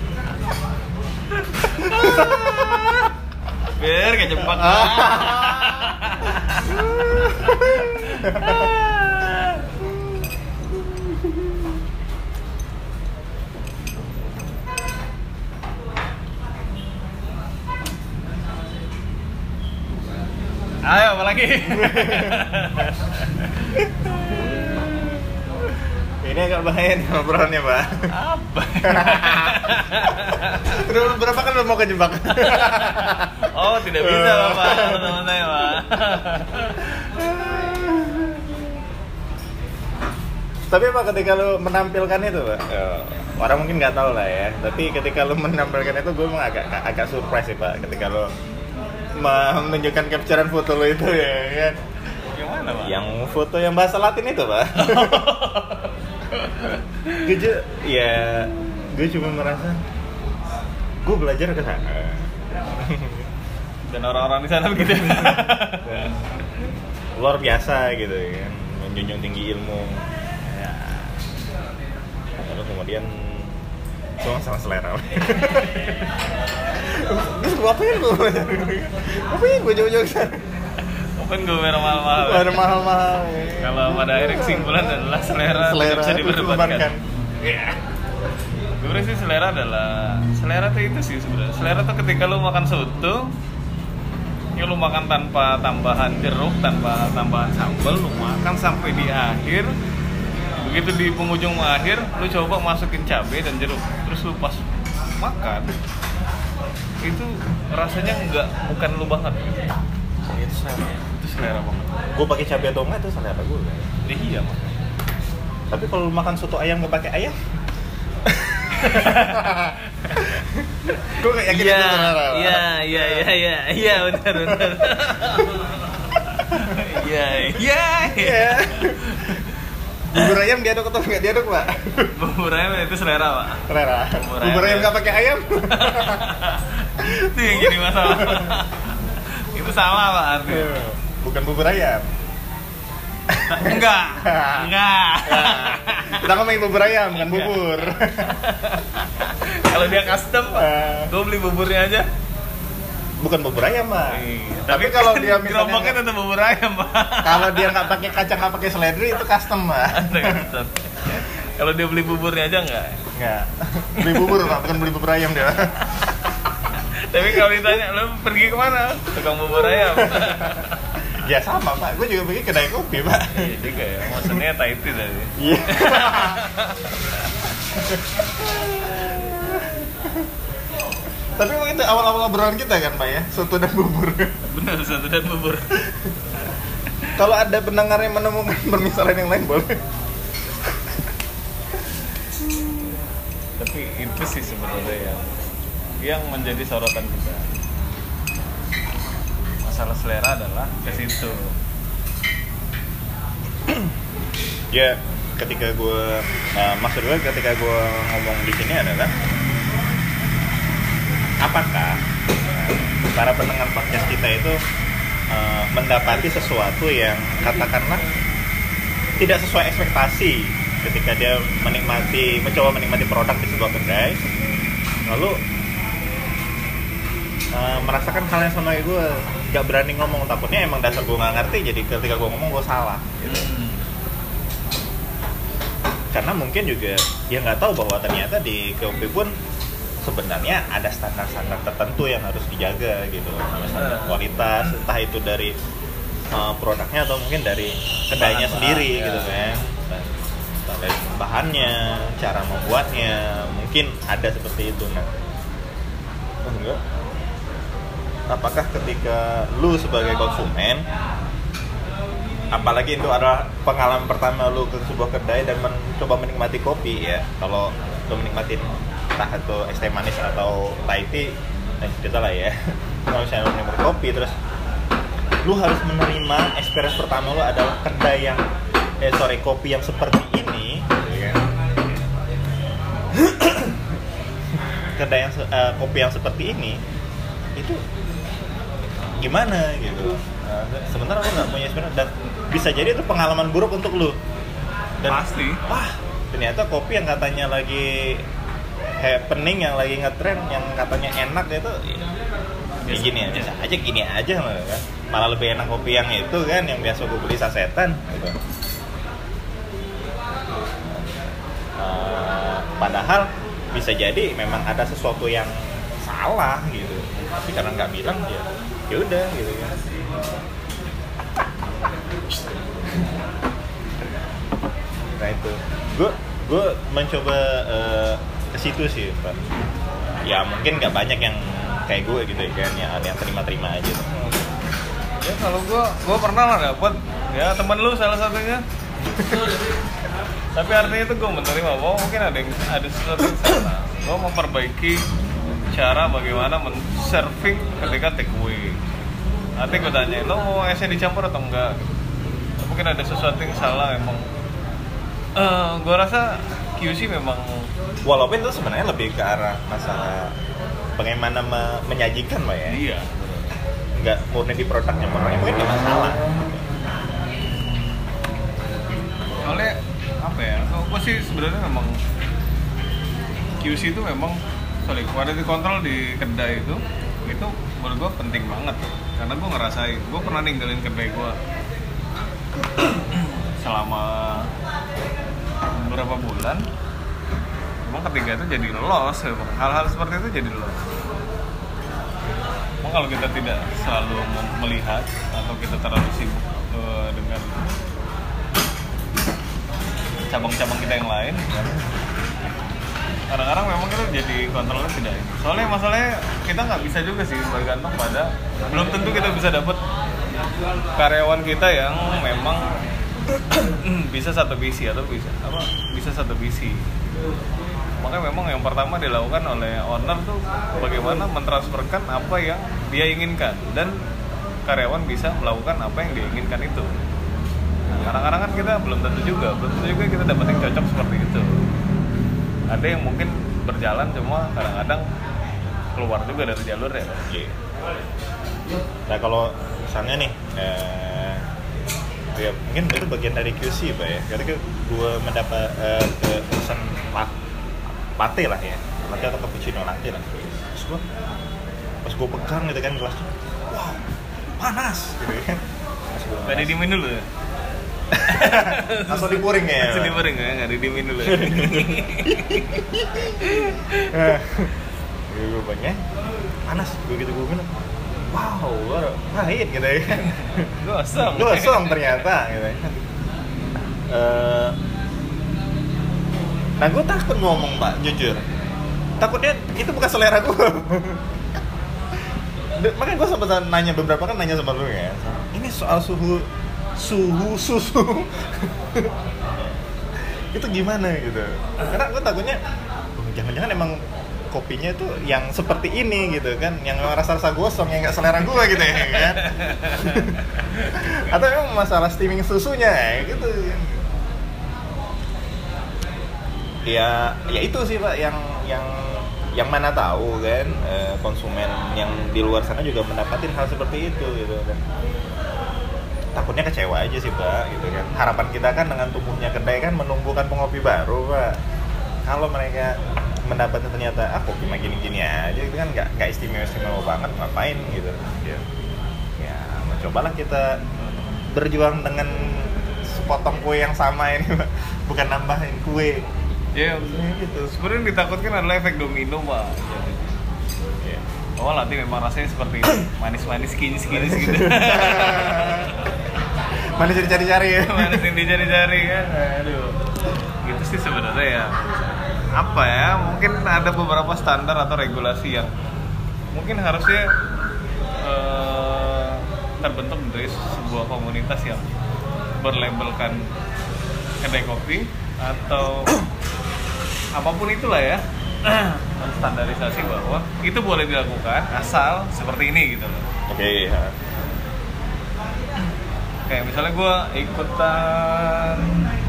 Biar kejebak. Ayo apa lagi? Ini agak bahaya nih obrolannya, Pak. Apa? Udah berapa kan udah mau kejebak? Oh, tidak bisa Bapak, teman-teman saya, Pak. Tapi Pak, ketika lu menampilkan itu, Pak, orang mungkin nggak tahu lah ya. Tapi ketika lu menampilkan itu, gue emang agak agak surprise sih, Pak. Ketika lu menunjukkan capturean foto lu itu ya kan. Yang mana, Pak? Yang foto yang bahasa Latin itu, Pak. Gue ju- ya, gue cuma merasa gue belajar ke sana. Dan orang-orang di sana begitu. Dan luar biasa gitu kan, menjunjung tinggi ilmu. Ya. Lalu kemudian semua salah selera. Terus ngapain gue belajar? Ngapain gue jauh-jauh ke sana? Kan gue merah mahal-mahal. Ada mahal-mahal. Kalau pada akhirnya kesimpulan adalah selera, Selera tidak bisa itu diperdebatkan. diperdebatkan. Iya. Gue sih selera adalah selera tuh itu sih sebenarnya. Selera tuh ketika lu makan soto, ya lu makan tanpa tambahan jeruk, tanpa tambahan sambal, lu makan sampai di akhir. Begitu di penghujung akhir, lu coba masukin cabai dan jeruk, terus lu pas makan, itu rasanya enggak, bukan lu banget. Itu selera, itu selera banget. Gue pakai cabai atau enggak itu selera gue. Ya, iya mah. Tapi kalau makan soto ayam nggak pakai ayam, gue nggak yakin Iya, itu selera. iya, iya, iya, iya, iya, benar, benar. Iya, iya, iya. Bubur ayam diaduk atau nggak diaduk, Pak? Bubur ayam itu selera, Pak. Selera. Bubur Bubur ayam ayam nggak pakai ayam? Itu yang jadi masalah. Itu salah, Pak, artinya. Bukan bubur ayam. Enggak. Enggak. Kita ngomongin bubur ayam, bukan bubur. Kalau dia custom, Uh. gue beli buburnya aja. Bukan bubur ayam, Pak. Iya. Tapi kalau dia misalnya gerobaknya tetap bubur ayam, Pak. kalau dia nggak pakai kacang, nggak pakai seledri, itu custom, Pak. Kalau dia beli buburnya aja enggak? Nggak. Beli bubur, Pak, bukan beli bubur ayam dia. Tapi kalau ditanya, lo pergi kemana? Tukang bubur ayam. Ya sama, Pak. Gue juga pergi kedai kopi, Pak. Iya juga ya. Maksudnya Tahiti tadi. Iya. Tapi emang itu awal-awal obrolan kita kan, Pak ya? Soto dan bubur. Benar, soto dan bubur. Kalau ada pendengar yang menemukan permisalan yang lain, boleh. Tapi itu sih sebenarnya yang yang menjadi sorotan kita. Masalah selera adalah ke situ. Ya, ketika gue, nah, maksud gue ketika gue ngomong di sini adalah apakah para pendengar podcast kita itu uh, mendapati sesuatu yang katakanlah tidak sesuai ekspektasi ketika dia menikmati, mencoba menikmati produk di sebuah kedai, lalu uh, merasakan hal yang sama kayak gue, gak berani ngomong, takutnya emang dasar gue gak ngerti, jadi ketika gue ngomong gue salah gitu. Hmm. Karena mungkin juga dia nggak tahu bahwa ternyata di kopi pun sebenarnya ada standar-standar tertentu yang harus dijaga gitu, standar kualitas, entah itu dari uh, produknya atau mungkin dari kedainya bahan, sendiri ya. gitu kan, dan dari bahannya, cara membuatnya, mungkin ada seperti itu. Nah, enggak. Apakah ketika lu sebagai konsumen, apalagi itu adalah pengalaman pertama lu ke sebuah kedai dan mencoba menikmati kopi ya, kalau lu menikmati entah itu es teh manis atau Thai tea, dan cerita lah ya. Kalau misalnya lu menikmati kopi, terus lu harus menerima experience pertama lu adalah kedai yang eh sorry kopi yang seperti ini, ya. Kedai yang uh, kopi yang seperti ini itu gimana gitu. Nah, sementara lu nggak punya experience dan bisa jadi itu pengalaman buruk untuk lu. Dan, pasti. Wah, ternyata kopi yang katanya lagi happening, yang lagi ngetrend, yang katanya enak itu ya gini aja, bisa aja gini aja kan. Malah lebih enak kopi yang itu kan, yang biasa gue beli sasetan gitu. Uh, padahal bisa jadi memang ada sesuatu yang salah gitu, tapi karena nggak bilang ya ya udah gitu kan. Nah itu, gue gue mencoba uh, ke situ sih, Pak. Ya mungkin nggak banyak yang kayak gue gitu kan, yang ada yang terima-terima aja. Ya kalau gue, gue pernah lah dapet ya teman lu salah satunya. Tapi artinya itu gue menerima bahwa mungkin ada yang ada sesuatu yang salah. Gue memperbaiki cara bagaimana men-serving ketika take away. Nanti gue tanya, lo mau esnya dicampur atau enggak? Mungkin ada sesuatu yang salah emang. Uh, gue rasa Q C memang, walaupun itu sebenarnya lebih ke arah masalah bagaimana me- menyajikan, Pak ya. Iya. Nggak murni di produknya, produknya mungkin nggak masalah. Soalnya apa ya? Gue sih sebenarnya memang Q C itu memang, sorry, quality control di kedai itu itu menurut gue penting banget karena gue ngerasain, gue pernah ninggalin kedai gue selama beberapa bulan. Emang ketika itu jadi loss, emang hal-hal seperti itu jadi loss. Emang kalau kita tidak selalu melihat atau kita terlalu sibuk uh, dengan cabang-cabang kita yang lain, kan? Kadang-kadang memang kita jadi kontrolnya tidak ini. Soalnya masalahnya kita nggak bisa juga sih bergantung pada, belum tentu kita bisa dapat karyawan kita yang memang bisa satu visi atau bisa apa bisa satu visi. Makanya memang yang pertama dilakukan oleh owner tuh bagaimana mentransferkan apa yang dia inginkan dan karyawan bisa melakukan apa yang dia inginkan itu. Nah, kadang-kadang kan kita belum tentu juga, belum tentu juga kita dapat yang cocok seperti itu. Ada yang mungkin berjalan cuma kadang-kadang keluar juga dari jalur ya. Yeah. Nah kalau misalnya nih eh, ya mungkin itu bagian dari Q C Pak ya. Ketika gue mendapat uh, ke pesan lat, latte lah ya, latte atau cappuccino latte lah. Terus gue pas gue pegang gitu kan gelasnya, wow panas gitu kan. Gak didiemin dulu ya? Langsung dipuring ya? Langsung dipuring ya? Gak didiemin dulu ya? Gue banyak panas, gue gitu gue bilang wow, pahit gitu ya kan. Gosong Gosong ternyata gitu ya kan. Uh, nah gue takut ngomong Pak, jujur. Takutnya itu bukan selera gue. Makanya gue sempat nanya beberapa kan nanya sama lu ya. Ini soal suhu suhu susu itu gimana gitu. Karena gue takutnya oh, jangan-jangan emang kopinya itu yang seperti ini gitu kan, yang rasa-rasa gosong yang nggak selera gue gitu ya kan. Atau emang masalah steaming susunya ya, gitu. Ya, ya itu sih Pak yang yang yang mana tahu kan konsumen yang di luar sana juga mendapatkan hal seperti itu gitu kan. Takutnya kecewa aja sih Pak gitu kan. Harapan kita kan dengan tumbuhnya kedai kan menumbuhkan pengopi baru Pak. Kalau mereka mendapatnya ternyata ah kopi mah gini-gini aja itu kan nggak nggak istimewa-istimewa banget, ngapain gitu ya. Ya mencobalah kita berjuang dengan sepotong kue yang sama ini Pak, bukan nambahin kue ya. Gitu. Sebenarnya ditakutkan adalah efek domino Pak ya. Oh nanti memang rasanya seperti manis-manis kinis-kinis gitu. Manis yang dicari-cari ya. Manis yang dicari-cari kan. Aduh. Gitu sih sebenarnya ya. Apa ya? Mungkin ada beberapa standar atau regulasi yang mungkin harusnya uh, terbentuk dari sebuah komunitas yang berlabelkan kedai kopi atau apapun itulah ya. Menstandarisasi bahwa itu boleh dilakukan asal seperti ini gitu loh. Oke, okay, ya. Kayak misalnya gue ikutan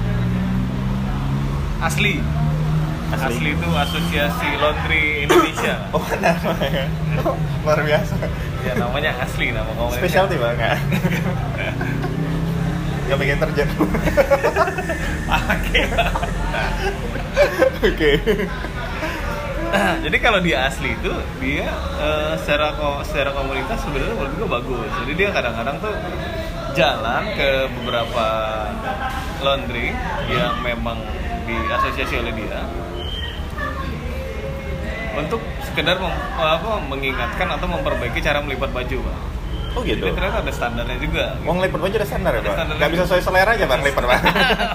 Asli. Asli. Asli itu Asosiasi Laundry Indonesia. Oh, namanya. Oh, luar biasa. Ya namanya Asli, nama komunitas. Specialty Bang, enggak? Enggak bikin terjun. Oke. Oke. Jadi kalau dia asli itu dia uh, secara secara komunitas sebenarnya menurut gue bagus. Jadi dia kadang-kadang tuh jalan ke beberapa laundry yang memang diasosiasi oleh dia untuk sekedar mem, apa, mengingatkan atau memperbaiki cara melipat baju, Pak. Oh gitu. Jadi ternyata ada standarnya juga. Mau ngelipat baju ada standar ya, Pak? Nggak bisa sesuai selera aja, Bang, lipat, Pak.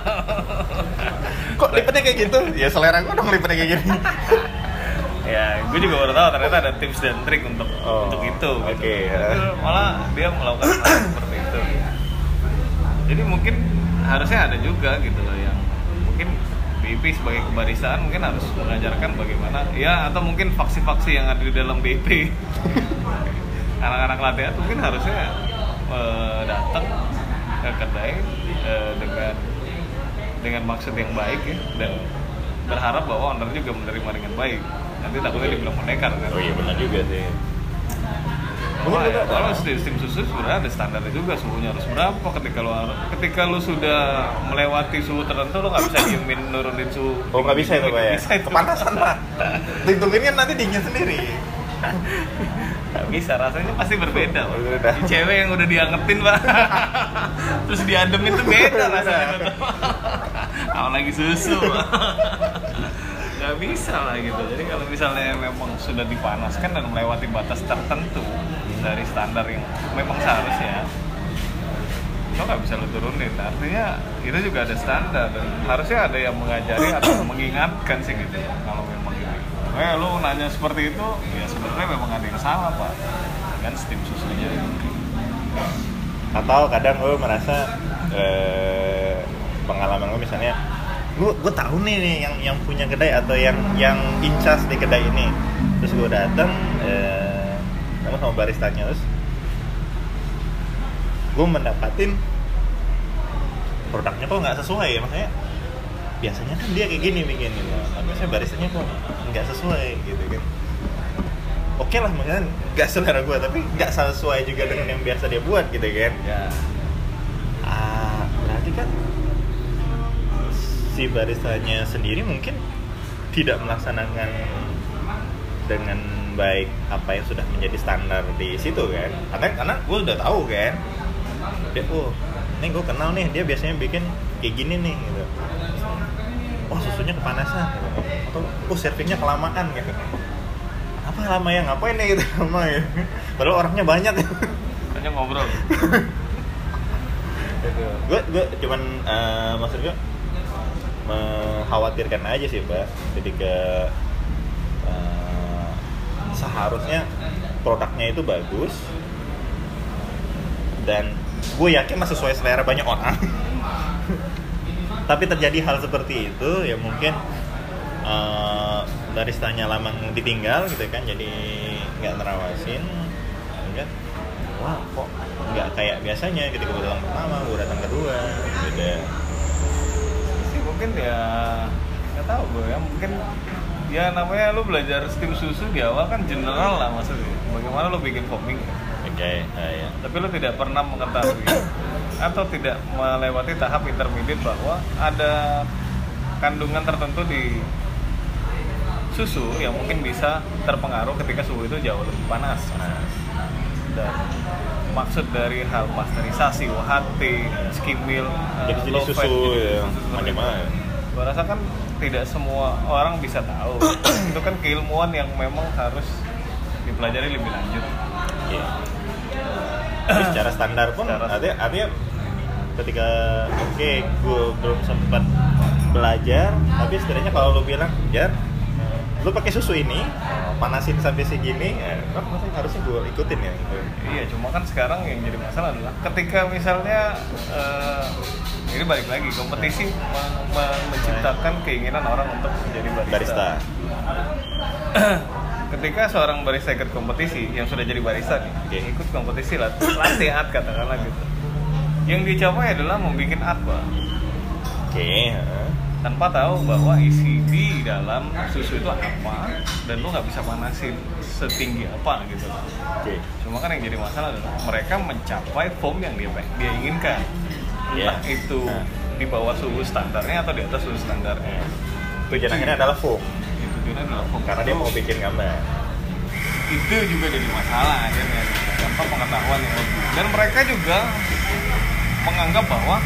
Kok lipatnya kayak gitu? Ya selera gue dong lipatnya kayak gini. Ya, gue juga baru tahu ternyata ada tips dan trik untuk oh, untuk itu. Oke. Okay, gitu. Ya. Malah dia melakukan hal seperti itu. Jadi mungkin harusnya ada juga gitu loh yang mungkin B I P sebagai kebarisaan mungkin harus mengajarkan bagaimana ya, atau mungkin faksi-faksi yang ada di dalam B I P. Anak-anak latte art mungkin harusnya uh, datang ke kedai uh, dengan dengan maksud yang baik ya, dan berharap bahwa owner juga menerima dengan baik. Nanti takutnya dibilang pendekar kan. Oh iya benar juga sih. Oh, ya, kalau steam, steam susu sebenarnya ada standarnya juga, suhunya harus berapa. Ketika lu ketika lu sudah melewati suhu tertentu, lu nggak bisa diemin nurunin suhu. Oh nggak bisa itu Pak ya? Bisa itu. Kepanasan Pak. Ditungguin kan nanti dingin sendiri. Nggak bisa, rasanya pasti berbeda. Berbeda. Cewek yang udah diangetin Pak, terus diademin tuh beda rasanya. Apalagi susu Pak. Nggak bisa lah gitu. Jadi kalau misalnya memang sudah dipanaskan dan melewati batas tertentu dari standar yang memang seharusnya, lo nggak bisa lo turunin. Artinya itu juga ada standar dan harusnya ada yang mengajari atau mengingatkan sih gitu. Kalau memang gitu, eh lo nanya seperti itu, ya sebenarnya memang ada yang salah Pak dengan steam susunya. Atau kadang lo merasa eh, pengalaman lo misalnya, gue gue tahu nih, nih yang yang punya kedai atau yang yang incas di kedai ini, terus gue datang eh, sama baristanya, terus gue mendapatin produknya kok nggak sesuai ya, maksudnya biasanya kan dia kayak gini bikin gitu, biasanya baristanya kok nggak sesuai gitu kan. Oke lah, maksudnya nggak selera gue, tapi nggak sesuai juga dengan yang biasa dia buat gitu kan. Ya. Ah, si baristanya sendiri mungkin tidak melaksanakan dengan baik apa yang sudah menjadi standar di situ kan. Karena karena gue udah tahu kan, dia oh ini gue kenal nih, dia biasanya bikin kayak gini nih gitu. Oh susunya kepanasan gitu. Atau oh servingnya kelamaan gitu. Apa lama ya, ngapain nih gitu lama ya. Padahal orangnya banyak gitu. Hanya ngobrol. Gue gue cuman uh, maksud gue mengkhawatirkan aja sih Pak, ketika uh, seharusnya produknya itu bagus dan gue yakin masih sesuai selera banyak orang. Tapi terjadi hal seperti itu ya mungkin uh, baristanya lama ditinggal gitu kan, jadi nggak nerawasin, enggak, wah kok nggak kayak biasanya ketika gue datang pertama, gue datang kedua, beda. Sih mungkin ya nggak tahu gue ya, mungkin ya namanya lu belajar steam susu di awal kan general lah maksudnya. Bagaimana lu bikin foaming? Oke, okay, nah, ya. Tapi lu tidak pernah mengetahui atau tidak melewati tahap intermediate bahwa ada kandungan tertentu di susu yang mungkin bisa terpengaruh ketika suhu itu jauh lebih panas. Nah, dan maksud dari hal pasteurisasi, U H T, skim milk, jadi uh, jenis low susu fat, ya, macam-macam. Gua rasa kan tidak semua orang bisa tahu. Itu kan keilmuan yang memang harus dipelajari lebih lanjut. Yeah. Tapi secara standar pun secara artinya, artinya ketika oke okay, gue belum sempat belajar, tapi setidaknya kalau lu bilang jar lu pakai susu ini panasin sampai segini ya kan harusnya gue ikutin ya gitu. Iya, cuma kan sekarang yang jadi masalah adalah ketika misalnya uh, ini balik lagi kompetisi men- men- menciptakan keinginan orang untuk menjadi barista, barista. Ketika seorang barista ikut kompetisi yang sudah jadi barista nih, okay. ikut kompetisi lah, latte art katakanlah gitu. Yang dicapai adalah membuat art, Pak. Oke. Okay. Tanpa tahu bahwa isi di dalam susu itu apa dan lu nggak bisa panasin setinggi apa gitu. Oke. Okay. Cuma kan yang jadi masalah adalah mereka mencapai foam yang dia dia inginkan. Entah Yeah. itu nah. di bawah suhu standarnya atau di atas suhu standarnya. Tujuan akhirnya adalah foam. Tujuannya adalah foam. Karena dia mau bikin gambar. Itu juga jadi masalah akhirnya tanpa pengetahuan yang lebih. Dan mereka juga menganggap bahwa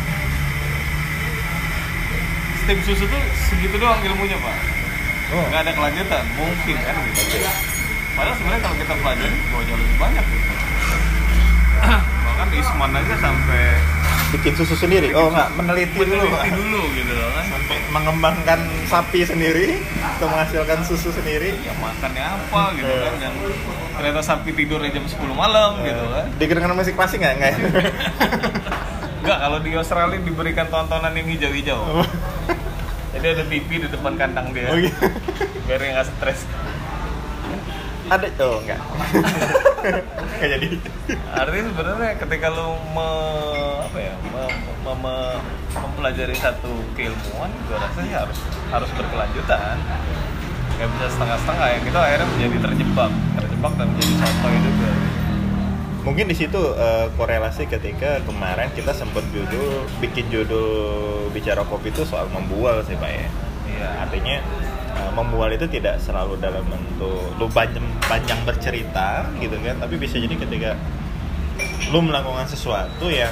steam susu tuh segitu doang ilmunya Pak. Oh. Nggak ada kelanjutan, mungkin kan gitu. Okay. Padahal sebenarnya kalau kita pelajari jauh lebih banyak gitu. Bahkan Isman aja sampai bikin susu sendiri. Oh enggak, meneliti, meneliti dulu. Meneliti dulu gitu loh kan. Sampai mengembangkan sapi sendiri untuk menghasilkan susu sendiri. Ya makannya apa gitu kan, dan ternyata sapi tidurnya jam sepuluh malam gitu kan. Digerakkan musik klasik nggak? Nggak. Enggak, kalau di Australia diberikan tontonan yang hijau-hijau. Jadi ada T V di depan kandang dia. Oh, gitu. Biar dia nggak stres. Ada oh enggak. Enggak jadi. Artinya sebenarnya ketika lu me, apa ya, me, me, me, mempelajari satu keilmuan, gue rasa sih harus harus berkelanjutan. Nggak bisa setengah-setengah yang itu akhirnya menjadi terjebak, terjebak dan menjadi sotoy juga. Mungkin di situ uh, korelasi ketika kemarin kita sempat judul bikin judul bicara kopi itu soal membual sih Pak ya. Iya. Artinya uh, membual itu tidak selalu dalam bentuk lu panjang panjang bercerita gitu kan, tapi bisa jadi ketika lu melakukan sesuatu yang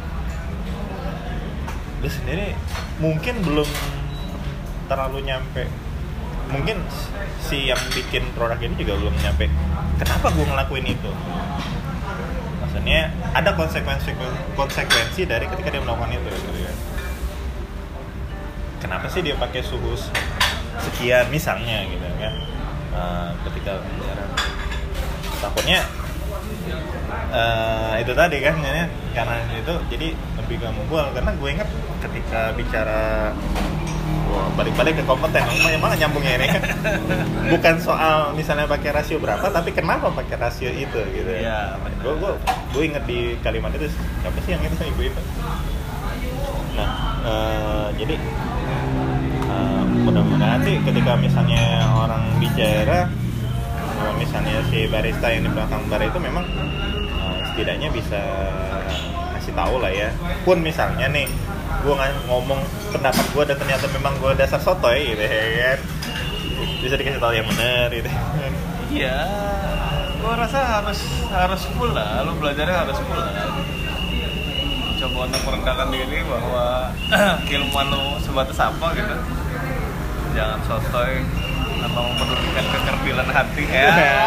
lu sendiri mungkin belum terlalu nyampe, mungkin si yang bikin produk ini juga belum nyampe kenapa gue ngelakuin itu. Maksudnya ada konsekuensi konsekuensi dari ketika dia melakukan itu gitu ya. Kenapa sih dia pakai suhu sekian misalnya gitu kan? Uh, ketika bicara takutnya uh, itu tadi kan ya, karena itu jadi lebih ke membual. Karena gue ingat ketika bicara wah, balik-balik ke kompeten, malah nyambungnya ini kan bukan soal misalnya pakai rasio berapa, tapi kenapa pakai rasio itu gitu ya. Gue gue gue inget di kalimat itu siapa sih yang itu ibu-ibu. Nah uh, jadi uh, mudah-mudahan sih ketika misalnya orang bicara, kalau misalnya si barista yang di belakang bar itu memang uh, setidaknya bisa ngasih tahu lah ya. Pun misalnya nih gue ngomong pendapat gue dan ternyata memang gue dasar sotoy gitu ya kan, bisa dikasih tahu yang benar gitu. Iya, gue rasa harus harus full lah, lo belajarnya harus full lah. Coba untuk merendahkan diri bahwa keilmuan lo sebatas apa gitu. Jangan sotoy atau memperdulikan kekerdilan hati ya.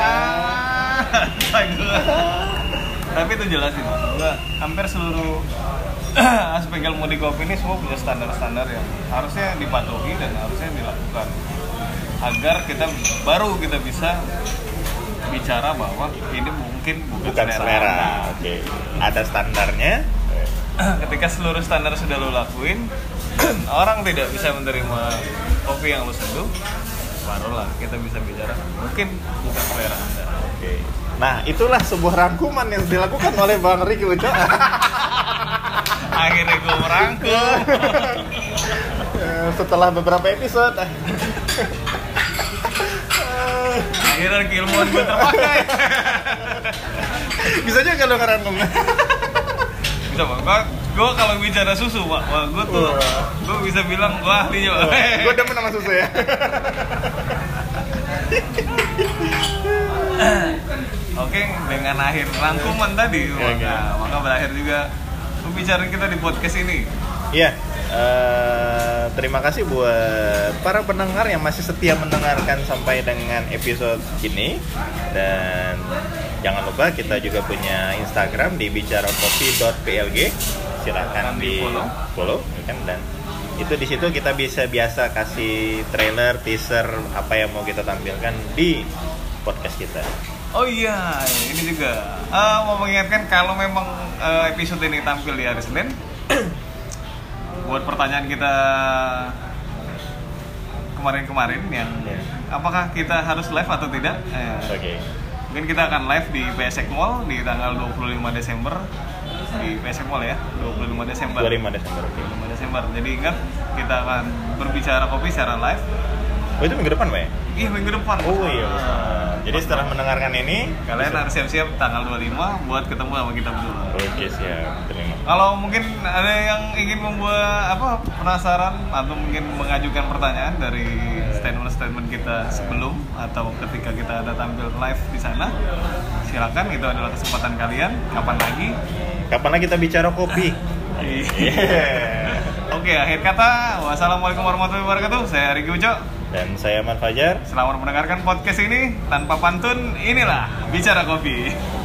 Tapi itu jelasin, enggak hampir seluruh aspek ilmu di kopi ini semua punya standar-standar yang harusnya dipatuhi dan harusnya dilakukan agar kita baru kita bisa bicara bahwa ini mungkin bukan, bukan selera. selera. Oke, okay. Ada standarnya. Ketika seluruh standar sudah lo lakuin, orang tidak bisa menerima kopi yang lo seduh, barulah kita bisa bicara mungkin bukan selera Anda. Oke. Okay. Nah, itulah sebuah rangkuman yang dilakukan oleh Bang Ricky Uco. Akhirnya gue merangkum. Setelah beberapa episode. Akhirnya keilmuan gue terpakai. Bisa juga kalau ngerangkum. Bisa Pak, gue kalau bicara susu Pak, wah gue tuh, gue bisa bilang gue ahlinya Pak. Gue demen sama susu ya. Oke, dengan akhir rangkuman tadi, ya, maka, ya. maka berakhir juga pembicaraan kita di podcast ini. Iya, uh, terima kasih buat para pendengar yang masih setia mendengarkan sampai dengan episode ini. Dan jangan lupa kita juga punya Instagram di bicara kopi dot p l g. Silakan di follow, follow kan, dan itu di situ kita bisa biasa kasih trailer, teaser apa yang mau kita tampilkan di podcast kita. Oh iya, ini juga uh, mau mengingatkan kalau memang uh, episode ini tampil di hari Senin, buat pertanyaan kita kemarin-kemarin yang yeah. apakah kita harus live atau tidak? Eh, Oke. Okay. Mungkin kita akan live di P S X Mall di tanggal dua puluh lima Desember di P S X Mall ya, dua puluh lima Desember. dua puluh lima Desember. dua puluh lima Desember. Jadi ingat kita akan berbicara kopi secara live. Oh itu minggu depan, Pak ya? Iya, minggu depan. Oh iya. Uh, Jadi setelah mendengarkan ini, kalian harus siap-siap tanggal dua puluh lima buat ketemu sama kita berdua. Oke, siap. Terima. Kalau mungkin ada yang ingin membuat apa penasaran atau mungkin mengajukan pertanyaan dari statement-statement kita sebelum atau ketika kita ada tampil live di sana, silakan, itu adalah kesempatan kalian. Kapan lagi? Kapan lagi kita bicara kopi? Yeah. Oke, akhir kata, wassalamualaikum warahmatullahi wabarakatuh. Saya Ricky Uco. Dan saya Ahmad Fajar. Selamat mendengarkan podcast ini. Tanpa pantun, inilah Bicara Kopi.